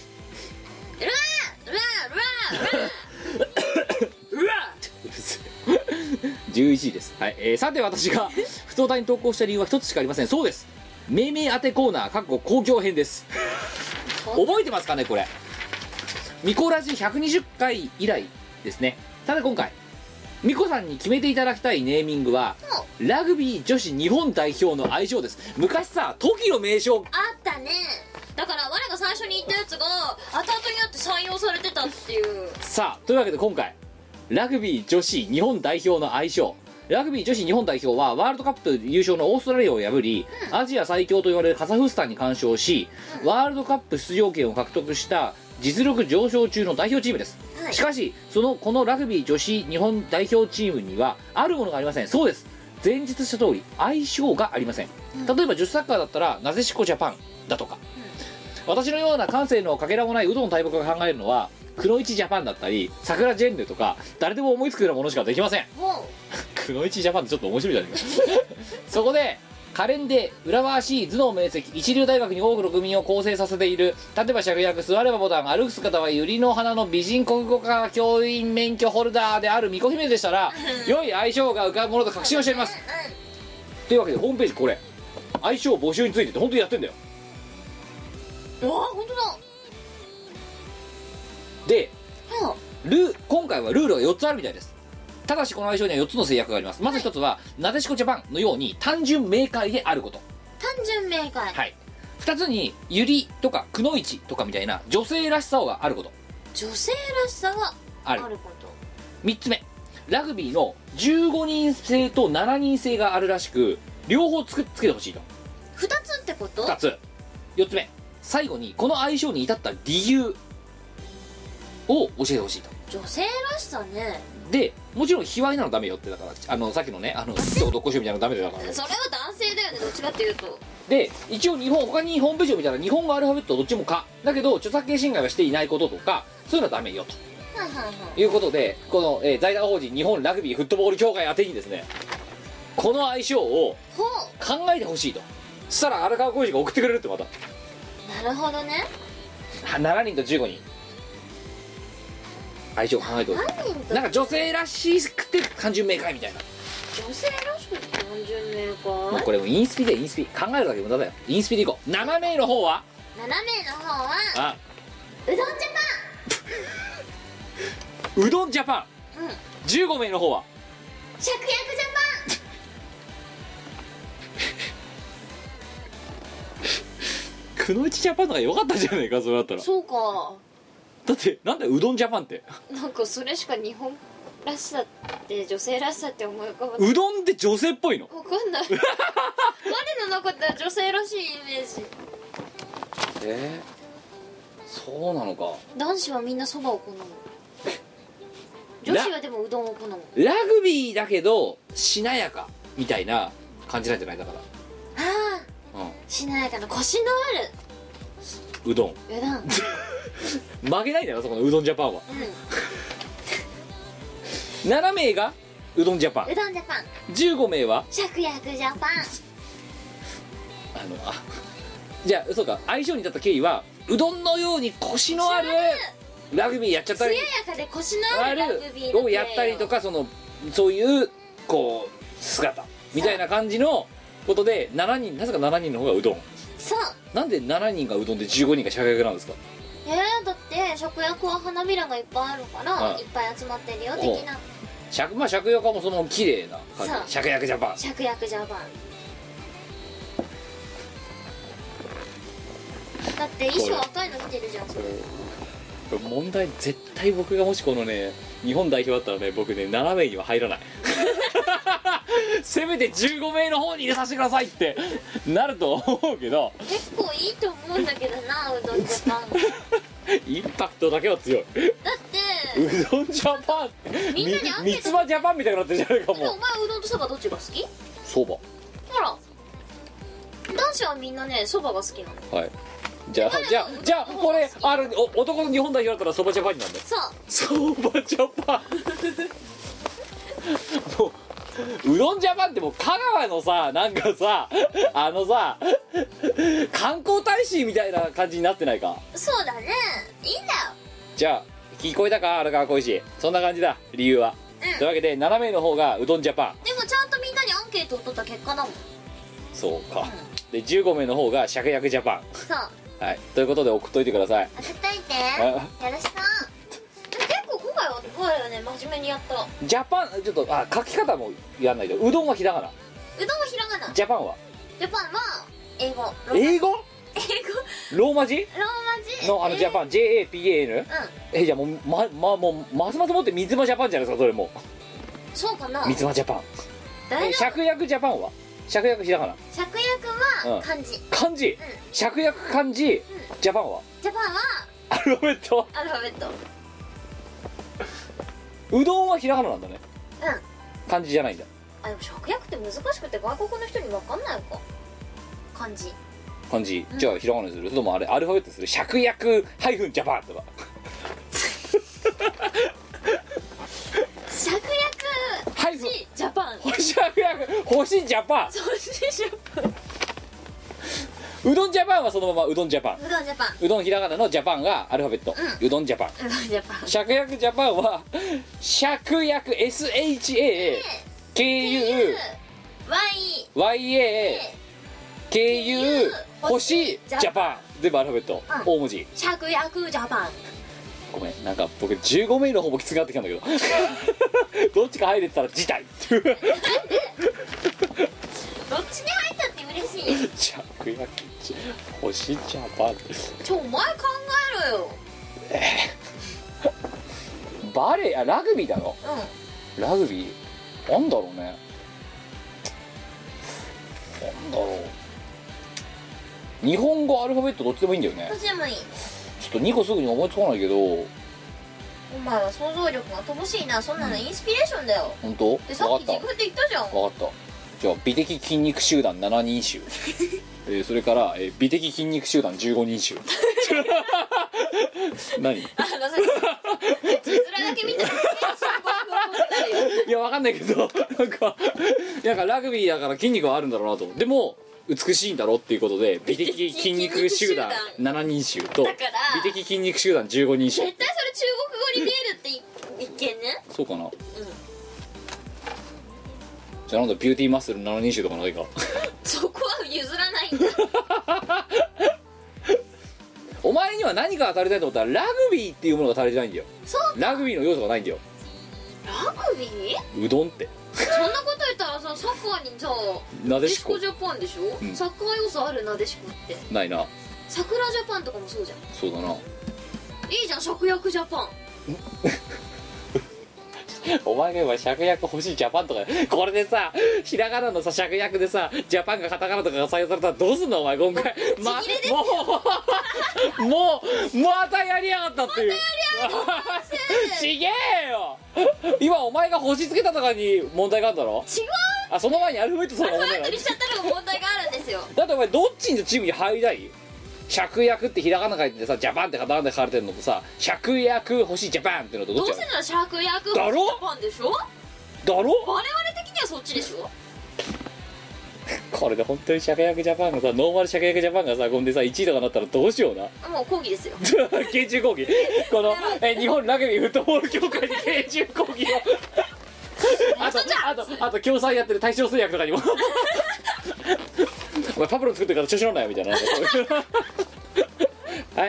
11時です、はい。さて私が不登壇に投稿した理由は一つしかありません。そうです、命名当てコーナー公共編です覚えてますかねこれ。ミコラジ120回以来ですね。ただ今回ミコさんに決めていただきたいネーミングはラグビー女子日本代表の愛称です。昔さトキの名称あったね。だから我が最初に言ったやつが後々になって採用されてたっていう。 さあというわけで今回ラグビー女子日本代表の愛称ラグビー女子日本代表はワールドカップ優勝のオーストラリアを破り、アジア最強と言われるカザフスタンに完勝し、ワールドカップ出場権を獲得した実力上昇中の代表チームです、はい、しかしこのラグビー女子日本代表チームにはあるものがありません。そうです、前述した通り愛称がありません。例えば女子サッカーだったらなでしこジャパンだとか、私のような感性のかけらもないうどん大木が考えるのはくのいちジャパンだったり桜ジェンヌとか誰でも思いつくようなものしかできません。くのいちジャパンってちょっと面白いじゃないかそこで可憐で浦和しい頭脳明晰一流大学に多くの国民を構成させている立てば芍薬座ればボタン歩く姿は百合の花の美人国語科教員免許ホルダーである巫女姫でしたら良い愛称が浮かぶものと確信をしておりますというわけでホームページこれ愛称募集についてって本当にやってんだよ。 うわ本当だ。 で、今回はルールが4つあるみたいです。ただしこの愛称には4つの制約があります。まず1つは、なでしこジャパンのように単純明快であること。 単純明快。 はい。2つにゆりとかくのいちとかみたいな女性らしさがあること。 女性らしさがあること。 3つ目、ラグビーの15人制と7人制があるらしく、両方つけてほしいと。 2つってこと？ 2つ。4つ目、最後にこの愛称に至った理由を教えてほしいと。 女性らしさね。 でもちろん卑猥なのダメよって。だからさっきのねどっこしみたいなのダメだから、 それは男性だよねどっちかっていうと。 で一応他にホームページを見たら日本語アルファベットどっちもかだけど著作権侵害はしていないこととかそういうのはダメよと、いうことでこの、財団法人日本ラグビーフットボール協会宛てにですねこの愛称を考えてほしいと。そしたら荒川浩二が送ってくれるってまた。 なるほどね。 7人と15人愛称考えてほしい。なんか女性らしくて単純明快みたいな。 女性らしくて単純明快、 もうこれもインスピでインスピ考えるだけ無駄だよ。インスピでいこう。7名の方は 7名の方はうどんジャパンうどんジャパン、15名の方は芍薬ジャパンくのいちジャパンの方が良かったじゃないかそれだったら。 そうか。 だってなんだうどんジャパンってなんかそれしか日本らしさって女性らしさって思い浮かばない。 うどんって女性っぽいの？ 分かんない我の中では女性らしいイメージ。 そうなのか。 男子はみんなそばを好む。女子はでもうどんを好む。 ラグビーだけどしなやかみたいな感じなんじゃないだから。 しなやかなコシのあるうどん。 うどん負けないんだよそこのうどんジャパンは。7名がうどんジャパン。 うどんジャパン。 15名は芍薬ジャパン。 じゃあそうか、相性に立った経緯はうどんのようにコシのあるラグビーやっちゃったり、 艶やかでコシのあるラグビーをやったりとか、そういうこう姿みたいな感じのことで7人、なぜか7人の方がうどん。 そう。 なんで7人がうどんで15人が芍薬なんですか？ だって芍薬は花びらがいっぱいあるからいっぱい集まってるよ的な。 まあ芍薬はもうその綺麗な感じ。芍薬ジャパン。 芍薬ジャパン。だって衣装赤いの着てるじゃん。それ問題、絶対僕がもしこのね日本代表だったらね、僕ね7名には入らないせめて15名の方に入れさせてくださいってなると思うけど、 結構いいと思うんだけどな、うどんジャパンインパクトだけは強い。 だってうどんジャパンってみんなにアンケート三つ葉ジャパンみたいになってるじゃないか。もうお前うどんとそばどっちが好き？ そば。 ほら男子はみんなねそばが好きなの。 はい。じゃあこれ男の日本代表だったらそばジャパンになるんだよ。 そうそばジャパンもううどんジャパンってもう香川のさ、なんかさ観光大使みたいな感じになってないか。 そうだね、いいんだよ。 じゃあ聞こえたか、荒川小石。そんな感じだ、理由は。というわけで7名の方がうどんジャパン。 でもちゃんとみんなにアンケートを取った結果だもん。 そうか、で15名の方が芍薬ジャパン。 そう。 はい、ということで送っといてください。 送っといてよろしく。結構今回はね真面目にやった。 ジャパンちょっと書き方もやんないと。うどんはひらがな、 うどんはひらがな。 ジャパンは英語。 英語ローマ字のジャパン JAPAN。じゃあもうますますもって三つ葉ジャパンじゃないですか、それも。 そうかな。 三つ葉ジャパン。芍薬ジャパンは芍薬ひらがな。 芍薬は漢字。 漢字。芍薬漢字。ジャパンはアルファベット。うどんはひらがななんだね。漢字じゃないんだ。 でも芍薬って難しくて外国の人に分かんないか。漢字。 じゃあひらがなにする？それともあれアルファベットにする？芍薬ハイフンジャパンとか。 芍薬星ジャパン。 芍薬星ジャパン。うどんジャパンはそのままうどんジャパン。うどんひらがなのジャパンがアルファベット。うどんジャパン。芍薬ジャパンは芍薬 SHAKUYAKU 星ジャパン。全部アルファベット、大文字。 芍薬ジャパン。 ごめん、なんか僕15名の方もきつくなってきたんだけどどっちか入れてたら辞退どっちに入ったって嬉しい。 芍薬星ジャパン。 お前考えろよ。 バレーラグビーだろ。ラグビーなんだろうね。なんだろう。日本語アルファベットどっちでもいいんだよね。 どっちでもいい。 ちょっと2個すぐに思いつかないけど。 お前は想像力が乏しいな。そんなのインスピレーションだよ。 本当？ でさっき自分で言ったじゃん。 分かった。じゃあ美的筋肉集団7人衆それから、美的筋肉集団15人衆何？ 字面だけ見たらいや分かんないけどなんかラグビーだから筋肉はあるんだろうなと。でも美しいんだろうっていうことで美的筋肉集団7人衆と美的筋肉集団15人衆。 絶対それ中国語に見えるって一見ね。 そうかな。じゃあなんだビューティーマッスル7人衆とかないかそこは譲らないんだお前には何かが足りないと思ったらラグビーっていうものが足りてないんだよ。ラグビーの要素がないんだよ。 ラグビー？ うどんってそんなこと言ったらさ、サッカーにさなでしこジャパンでしょ、サッカー要素あるなでしこってないな。 桜ジャパンとかもそうじゃん。 そうだな。 いいじゃん芍薬ジャパンお前が今芍薬欲しいジャパンとかこれでさひらがなのさ芍薬でさジャパンがカタカナとかが採用されたらどうすんのお前今回。もうまたやりやがったっていう。ちげえよ今お前が星つけたとかに問題があるんだろ。違う。その前にアルファベットさんが問題がある。 アルファベットにしちゃったのが問題があるんですよ。 だってお前どっちのチームに入りたい？芍薬ってひらがな書いてさジャパンってカタカナで書かれてるのとさ芍薬星ジャパンってのとどっち？ どうせなら芍薬星ジャパンでしょ。 だろ。 我々的にはそっちでしょ。 これで本当にシャカヤクジャパンがさ、ノーマルシャカヤクジャパンがさ、こんでさ1位とかなったらどうしような。 もう抗議ですよ。 厳重抗議。この日本ラグビーフットボール協会に厳重抗議をあと共産やってる大正製薬とかにもお前パプロン作ってるから調子乗んなよみたいな。はい、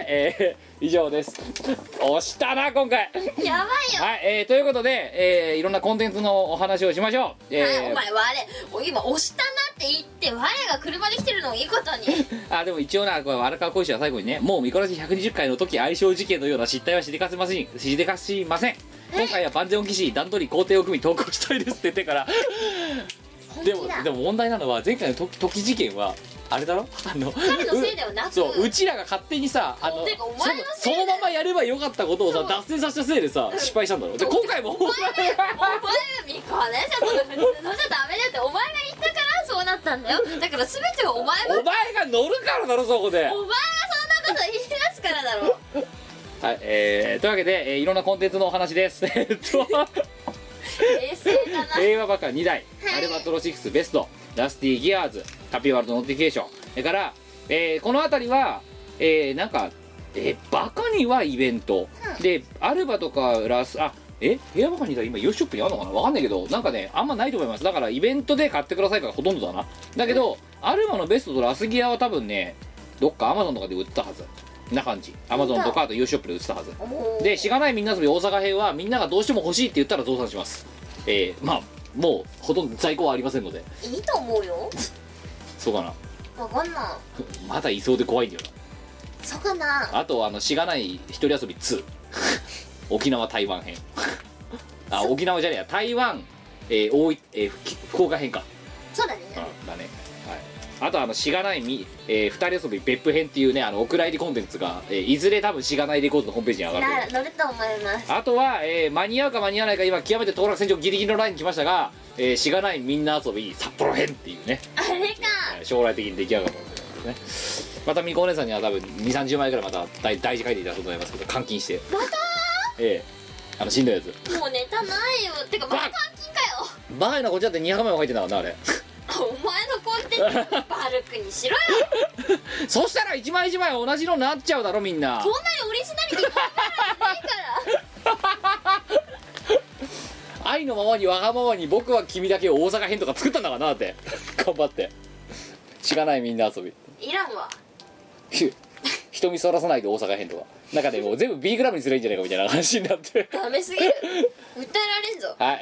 以上です。押したな今回。 やばいよ。 はい、ということで、いろんなコンテンツのお話をしましょう。 はい、お前今押したなって言って我が車で来てるのをいいことにでも一応な、これ荒川浩一は最後にね、もうミコラジ120回の時愛称事件のような失態はしでかしません。今回は万全を期し段取り工程を組み投稿したいですって言ってからでも問題なのは前回の時事件はあれだろ、 彼のせいではなく、 そううちらが勝手にさそのままやればよかったことをさ脱線させたせいでさ失敗したんだろ。で今回もお前がミコね、じゃあそんなダメだってお前が言ったからそうなったんだよ。だから全てはお前が乗るからだろそこで。 お前がそんなこと言い出すからだろ。 はい、というわけで、いろんなコンテンツのお話です。 冷静だな。 令和バカ2台、アルバトロ6ベスト、ラスティギアーズ、ハッピーワールドノーティフィケーション、それから、この辺りは、なんか、バカにはイベント、でアルバとかラス令和バカ2台今ヨシショップにあるのかな、わかんないけど、なんかねあんまないと思います。だからイベントで買ってくださいからほとんどだな。だけど、アルバのベストとラスギアは多分ねどっかアマゾンとかで売ったはずな感じ。アマゾンとかあとユーショップで売ってたはずで、しがないみんな遊び大阪編はみんながどうしても欲しいって言ったら増産します。まあもうほとんど在庫はありませんので。 いいと思うよ。 そうかな、 わかんない。 まだいそうで怖いんだよそうかな。 な。あとしがない一人遊び2沖縄台湾編沖縄じゃねえや台湾、福岡編か。 そうだね。 だね。あとしがない2人遊び別府編っていうねお蔵入りコンテンツが、いずれ多分しがないレコードのホームページに上がる乗ると思います。 あとは、間に合うか間に合わないか今極めて当落線上ギリギリのラインに来ましたが、しがないみんな遊び札幌編っていうねあれか、 将来的に出来上がるかもしれないですね。またみこお姉さんには多分2、30枚ぐらいまた大事書いていただくと思いますけど、監禁してまたしんどいやつ。 もうネタないよ。てかまた監禁かよ。 バカなこっちだって200枚も書いてんだからなあれお前のコンテンツバルクにしろよそしたら一枚一枚同じのになっちゃうだろみんな。 そんなにオリジナリティ考えないから愛のままにわがままに僕は君だけを大阪編とか作ったんだからなって頑張ってしがないみんな遊びいらんわ瞳そらさないで大阪編とかなんかねもう全部 B クラブにすればいいんじゃないかみたいな話になってダメすぎる訴えられんぞ。 はい、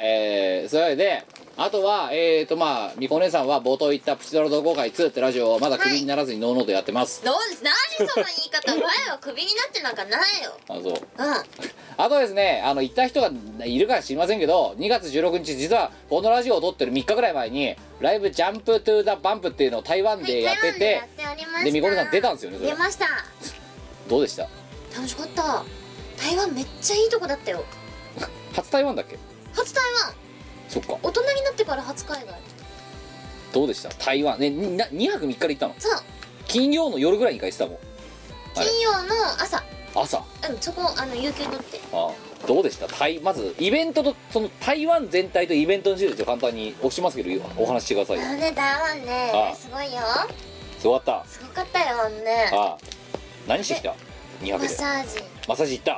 それであとはまあみこお姉さんは冒頭言ったプチドラ同好会2ってラジオをまだクビにならずにノーノーとやってます。 何その言い方前はクビになってなんかないよ。 あ、そう。 うんあとですね、行った人がいるか知りませんけど、2月16日実はこのラジオを撮ってる3日ぐらい前にライブジャンプトゥーザバンプっていうのを台湾でやってて、でみこお姉さん出たんですよね。それ出ました。 どうでした？ 楽しかった。台湾めっちゃいいとこだったよ。 初台湾だっけ？ 初台湾。 そっか。 大人になってから初海外。 どうでした？台湾ね、2泊3日で行ったの？ そう。 金曜の夜ぐらいに帰ってたもん。 金曜の朝。そこ有給取って。 どうでした？まずイベントとその台湾全体とイベントについて簡単に押しますけどお話してくださいよ。 台湾ねすごいよ。 すごかった。 すごかったよね。 何してきた？2泊で。マッサージ行った。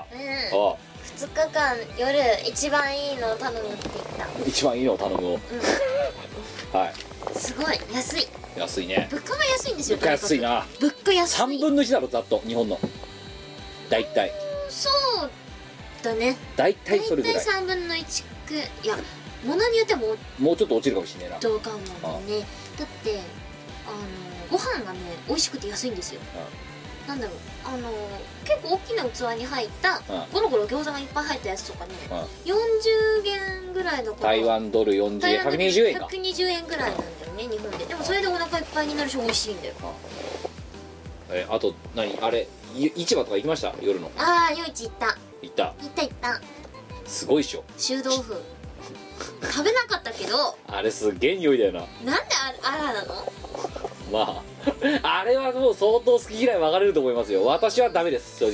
2日間夜一番いいのを頼むって言った。 一番いいのを頼む。はい。 すごい安い。 安いね。 物価が安いんですよ。 物価安いな。 物価安い。 3分の1だろざっと日本の。大体。 そうだね。 大体それぐらい。 大体3分の1くいや物によってももうちょっと落ちるかもしれないな。 どうかもね。だってご飯がね美味しくて安いんですよ。なんだろう結構大きな器に入ったゴロゴロ餃子がいっぱい入ったやつとかね、40元ぐらいの台湾ドル40円120円か 120円ぐらいなんだよね日本で。でもそれでお腹いっぱいになるし美味しいんだよ。 あとあれ市場とか行きました？夜の。 夜市行った。 行ったすごいっしょ。 臭豆腐食べなかったけどあれすっげえ匂いだよな。 なんであらなの？ まああれはもう相当好き嫌い分かれると思いますよ。私はダメです正直。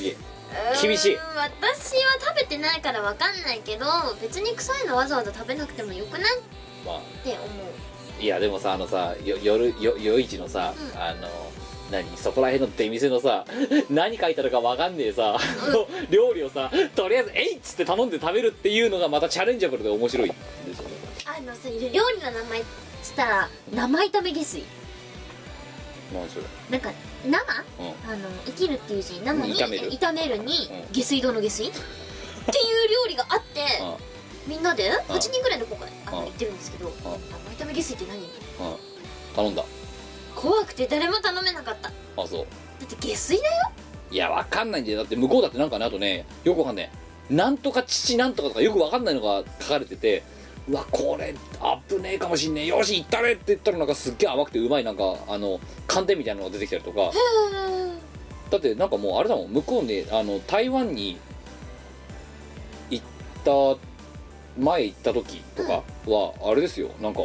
厳しい。 私は食べてないからわかんないけど、別に臭いのわざわざ食べなくてもよくないまあって思う。 いやでもさ夜市のさ、そこら辺の出店のさ何書いてあるかわかんねえさ、料理をさとりあえず「えいっ!」つって頼んで食べるっていうのがまたチャレンジャブルで面白いんですよね。 さ、料理の名前っつったら生炒め下水。 何それ。 なんか生、生きるっていう字、生に炒めるに、下水道の下水っていう料理があって、みんなで8人ぐらいで今回行ってるんですけど、生炒め下水って何？ 頼んだ。 怖くて誰も頼めなかった。 あ、そう。 だって下水だよ。 いやわかんないんだよ。だって向こうだってなんかね、あとね、よくわかんないなんとか父なんとかとかよくわかんないのが書かれてて、うわこれ危ねえかもしんねえ、よし行ったれって言ったらなんかすっげえ甘くてうまいなんか寒天みたいなのが出てきたりとか。だってなんかもうあれだもん、向こうに台湾に行った前行った時とかはあれですよ、なんか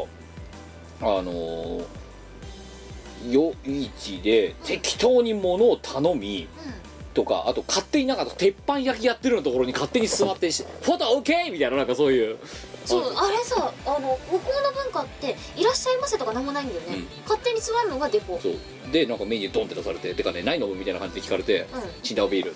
夜市で適当に物を頼みとか、あと勝手になんか鉄板焼きやってるのところに勝手に座ってフォト OK みたいな、なんかそういう。 そう、あれさ、向こうの文化っていらっしゃいませとかなんもないんだよね、勝手に座るのがデフォ。 そうで、なんかメニュードンって出されて、てかね、何飲むみたいな感じで聞かれて、チンダオビール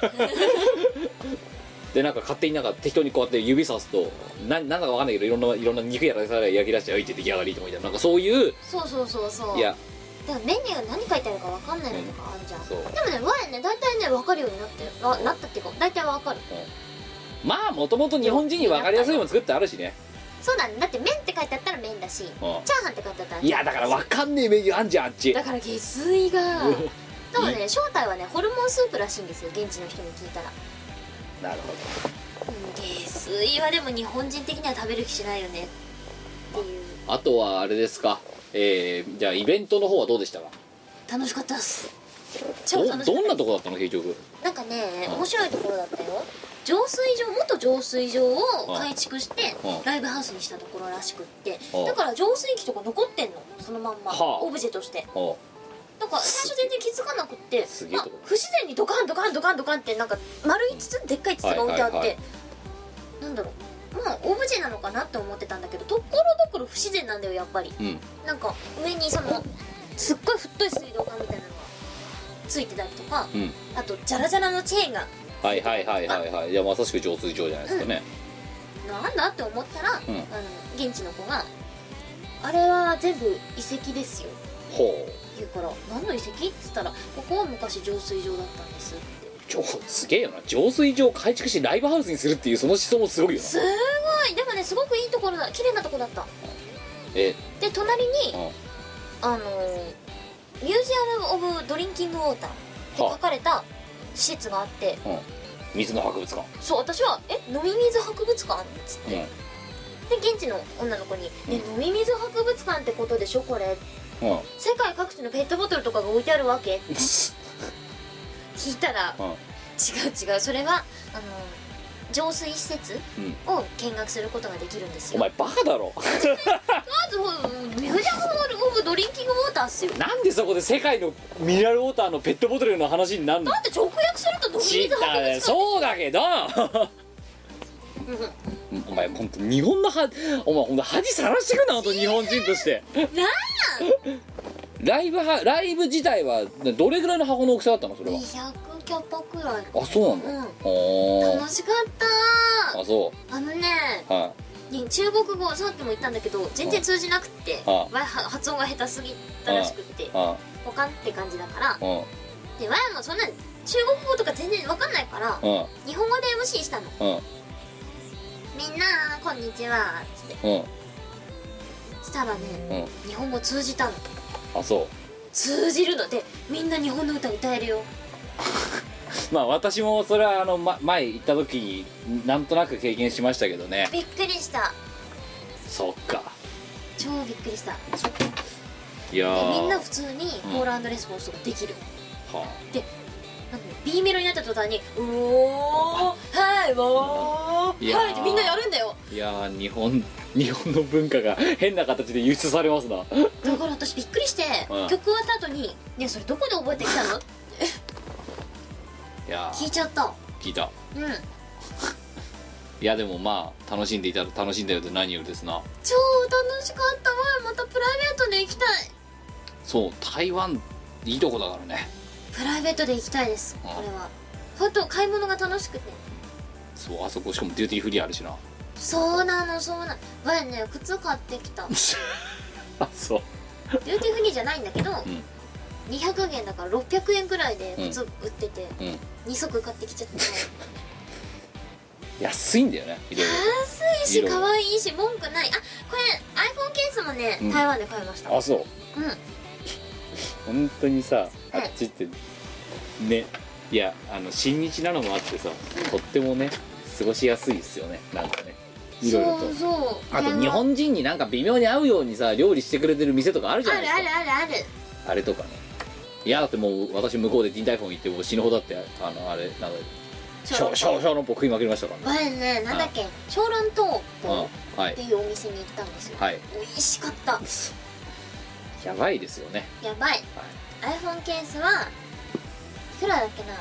で、なんか勝手になんか適当にこうやって指さすとなんだかわかんないけど、いろんな肉やらされ焼き出しておいて出来上がりとかみたいな、なんかそういう。 そういやだからメニューが何書いてあるかわかんないのとかあるじゃん、でもね、我ね、大体ね、分かるようになったっていうか、大体わかる、 まあもともと日本人に分かりやすいもの作ってあるしね。 そうだね、だって麺って書いてあったら麺だし、チャーハンって書いてあったらいやだから分かんねえメニューあんじゃん、あっちだから下水が多分ね、正体はね、ホルモンスープらしいんですよ、現地の人に聞いたら。 なるほど。下水はでも日本人的には食べる気しないよねっていう。 あとはあれですか、じゃあイベントの方はどうでしたか？ 楽しかったっす。超楽しかった。 どんなとこだったの結局？ なんかね、面白いところだったよ。元浄水場を改築してライブハウスにしたところらしくって、だから浄水器とか残ってんの、そのまんまオブジェとして。だから最初全然気づかなくって、不自然にドカンドカンドカンドカンってなんか丸い筒、でっかい筒が置いてあって、なんだろう、まあオブジェなのかなって思ってたんだけど、ところどころ不自然なんだよやっぱり、なんか上にそのすっごい太い水道管みたいなのがついてたりとか、あとジャラジャラのチェーンが、 はいいやまさしく浄水場じゃないですかね、 なんだって思ったら、現地の子が「あれは全部遺跡ですよ」言うから「何の遺跡?」っつったら「ここは昔浄水場だったんです」って。 すげえよな、浄水場を改築してライブハウスにするっていうその思想もすごいよな。 すごい。でもね、すごくいいところだ、綺麗なとこだった。で隣にミュージアム・オブ・ドリンキング・ウォーターって書かれた施設があって、 水の博物館。 そう、私は飲み水博物館っつって、で現地の女の子に「飲み水博物館ってことでしょこれ」世界各地のペットボトルとかが置いてあるわけ聞いたら、違う、それは浄水施設を見学することができるんですよ。 お前バカだろまずミュージアム・オブ・ドリンキング・ウォーターっすよ。 なんでそこで世界のミネラルウォーターのペットボトルの話になるの？ だって直訳すると飲み水博物館。 そうだけどお前本当日本のお前本当恥さらしてくんな、本当日本人としてライブ自体はどれぐらいの箱の大きさだったの？それは 200キャパくらい。 あ、そうなんだ。 楽しかったあ、そう。 中国語さっきも言ったんだけど全然通じなくて、発音が下手すぎたらしくってポカンって感じだから、でわやもそんな中国語とか全然わかんないから日本語で MC したの。みんなこんにちはっつって、したらね、日本語通じたの。 あ、そう。 通じるのでみんな日本の歌歌えるよまあ私もそれは前行った時になんとなく経験しましたけどね。 びっくりした。 そっか、 超びっくりした。 いやー、 みんな普通にコール&レスポンスができる、でB メロになった途端に「うおーはいおーはい」ってみんなやるんだよ。 いやー、日本の文化が変な形で輸出されますな。 だから私びっくりして、曲終わった後に「ねえそれどこで覚えてきたの?」っていや聞いちゃった。 聞いた。 うん。 いやでもまあ楽しんだよって何よりですな。 超楽しかったわ。またプライベートで行きたい。 そう台湾いいとこだからね。 プライベートで行きたいです。これはほんと買い物が楽しくて。 そうあそこしかもデューティーフリーあるしな。 そうなのそうなの。わいね靴買ってきた。 あそうデューティーフリーじゃないんだけど、200元だから600円くらいで靴売ってて、2足買ってきちゃった。 安いんだよね。いろいろ安いし可愛いし文句ない。あこれ iPhone ケースもね、台湾で買いました。 あそう。本当にさうんあっちってねいや親日なのもあってさ、とってもね過ごしやすいですよね。なんかねいろいろと。 そうそう。 あと日本人になんか微妙に合うようにさ料理してくれてる店とかあるじゃないですか。 あるあるあるある。 あれとかね。いやだってもう私向こうでディンタイフォン行ってもう死ぬほどだってあれなんだ小籠包食いまくりましたからね。 前ねなんだっけ小籠包はいっていうお店に行ったんですよ。 はい美味しかった。 やばいですよね。 やばい。iPhone ケースはいくらだっけな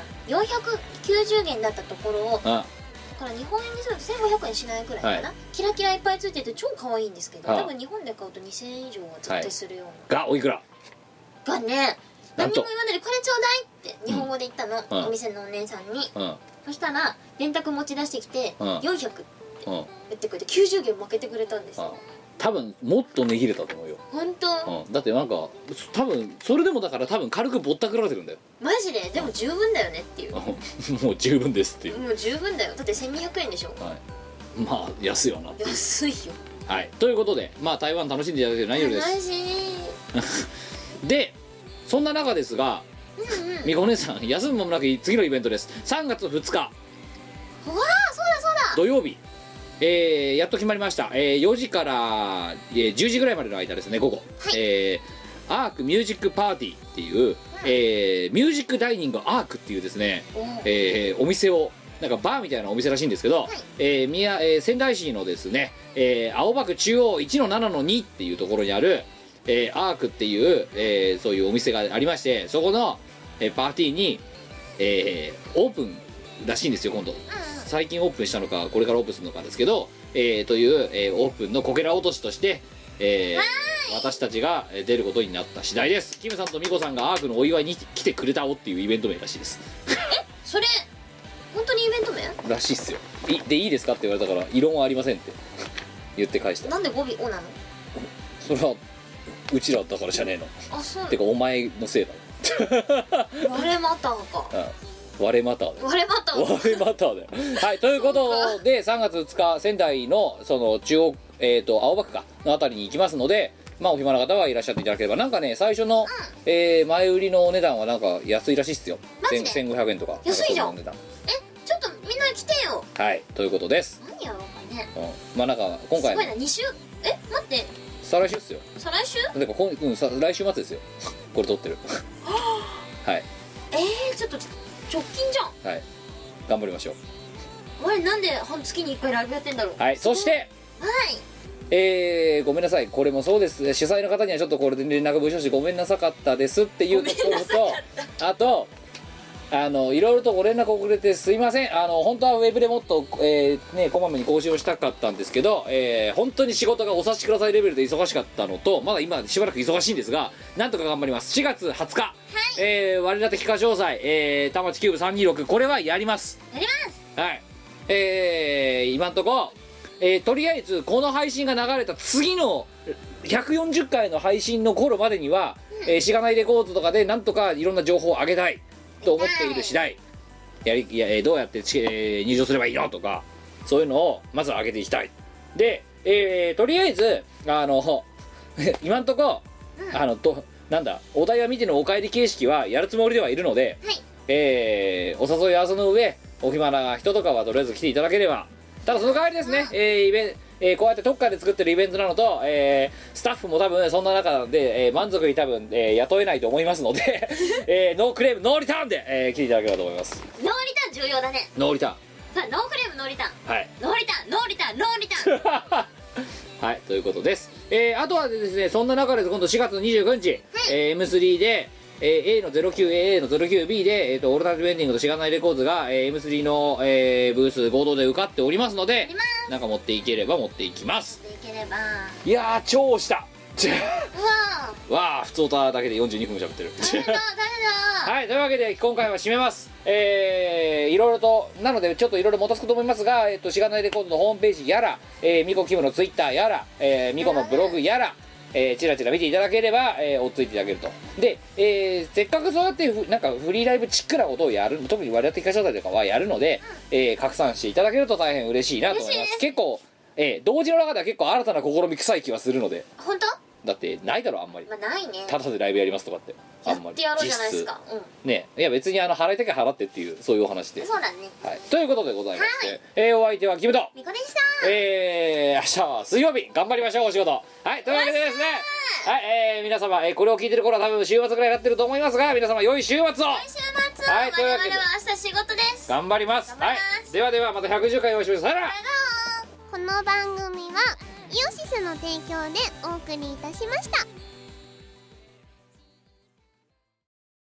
490元だったところをだから日本円にすると1500円しないくらいかな、キラキラいっぱいついてて超可愛いんですけど、多分日本で買うと2000円以上は絶対するような、 がおいくらがね何も言わないでこれちょうだいって日本語で言ったの、お店のお姉さんに、そしたら電卓持ち出してきて、400って言ってくれて90元負けてくれたんですよ。 多分もっと値切れたと思うよ。 本当、 だってなんか多分それでもだから多分軽くぼったくられてるんだよ。 マジででも十分だよねっていう。ももう十分ですっていう。 う十分だよ。だって1200円でしょ。 まあ安いわな。 安いよ。 はいということでまあ台湾楽しんでいただけて何よりです。 楽しい。 でそんな中ですが、みこお姉さん休む間もなく次のイベントです。3月2日うわーそうだそうだ土曜日、やっと決まりました、4時から、10時ぐらいまでの間ですね午後、アークミュージックパーティーっていう、ミュージックダイニングアークっていうですね、お店をなんかバーみたいなお店らしいんですけど、仙台市のですね、青葉区中央 1-7-2 っていうところにある、アークっていう、そういうお店がありまして、そこの、パーティーに、オープンらしいんですよ今度。最近オープンしたのかこれからオープンするのかですけど、という、オープンのこけら落としとして、私たちが出ることになった次第です。キムさんとミコさんがアークのお祝いに来てくれたおっていうイベント名らしいです。 それ本当にイベント名らしいっすよ。でいいですかって言われたから異論はありませんって言って返した。 なんで語尾「お」なの？ それはうちらだからじゃねえの。 あそうてかお前のせいだ割れマターか。 割れマターだよ。 割れマター割れマターだよ。はいということで3月2日仙台のその中央青葉区かのあたりに行きますので、まあお暇な方はいらっしゃっていただければ。なんかね最初の、前売りのお値段はなんか安いらしいっすよ。1500円とか。 安いじゃん。 なんかちょっとみんな来てよ。 はいということです。 何やろうかね。 まあなんか今回すごいな2週待って再来週っすよ。 再来週？ だから来週末ですよこれ撮ってるはいちょっと直近じゃん。 はい頑張りましょう。 我なんで半月に1回ライブやってんだろう。 はいそしてごめんなさいこれもそうです。主催の方にはちょっとこれで連絡無償してごめんなさかったですっていうところと、あといろいろとご連絡遅れてすいません。本当はウェブでもっと、こまめに更新をしたかったんですけど、本当に仕事がお察しくださいレベルで忙しかったのと、まだ今しばらく忙しいんですがなんとか頑張ります。4月20日、我ら的歌唱祭、田町キューブ326これはやります。 やりますはい今んとこ、とりあえずこの配信が流れた次の140回の配信の頃までには、しがないレコードとかでなんとかいろんな情報を上げたいと思っている次第。どうやって、入場すればいいのとかそういうのをまずは上げていきたい。で、とりあえず今んとこ、なんだお題は見てのお帰り形式はやるつもりではいるので、お誘い合わせの上お暇な人とかはとりあえず来ていただければ。ただその代わりですね、こうやって特化で作ってるイベントなのと、スタッフも多分そんな中で、満足に多分、雇えないと思いますので、ノークレームノーリターンで、来ていただければと思います。 ノーリターン重要だね。 ノーリターンノークレームノーリターン。 はいノーリターンノーリターンノーリターンはいということです。あとはですねそんな中で今度4月29日、M3 で、 A の 09A の 09B で、オールタナティブエンディングとしがないレコーズが、M3 の、ブース合同で受かっておりますので、なんか持っていければ持っていきます。 できれば。 いやー超押したうわわあ普通歌だけで42分喋ってる誰だはい、というわけで今回は締めます。いろいろとなのでちょっといろいろもたつくと思いますが、しがないレコードのホームページやら、ミコキムのツイッターやら、ミコのブログやら、チラチラ見ていただければ、追っついていただけると。で、せっかくそうやってなんかフリーライブチックなことをやる、特に割り当て会社だとかはやるので、拡散していただけると大変嬉しいなと思います。結構、同時の中では結構新たな試み臭い気はするので。 本当？ だってないだろあんまり、 まあ、ないね。 ただでライブやりますとかってやってやろうじゃないですか。 ね、いや別に払いたきゃ払ってっていうそういうお話で。 そうだね。 はい、ということでございまして、お相手はキムとみこでした。 明日は水曜日頑張りましょうお仕事。はい、というわけでですね、はい、皆様、これを聞いてる頃は多分週末ぐらいになってると思いますが、皆様良い週末を。 良い週末を。はい、というわけで我々は明日仕事です。 頑張ります。はい、ではではまた110回お会いしましょう。さよなら。 この番組はイオシスの提供でお送りいたしました。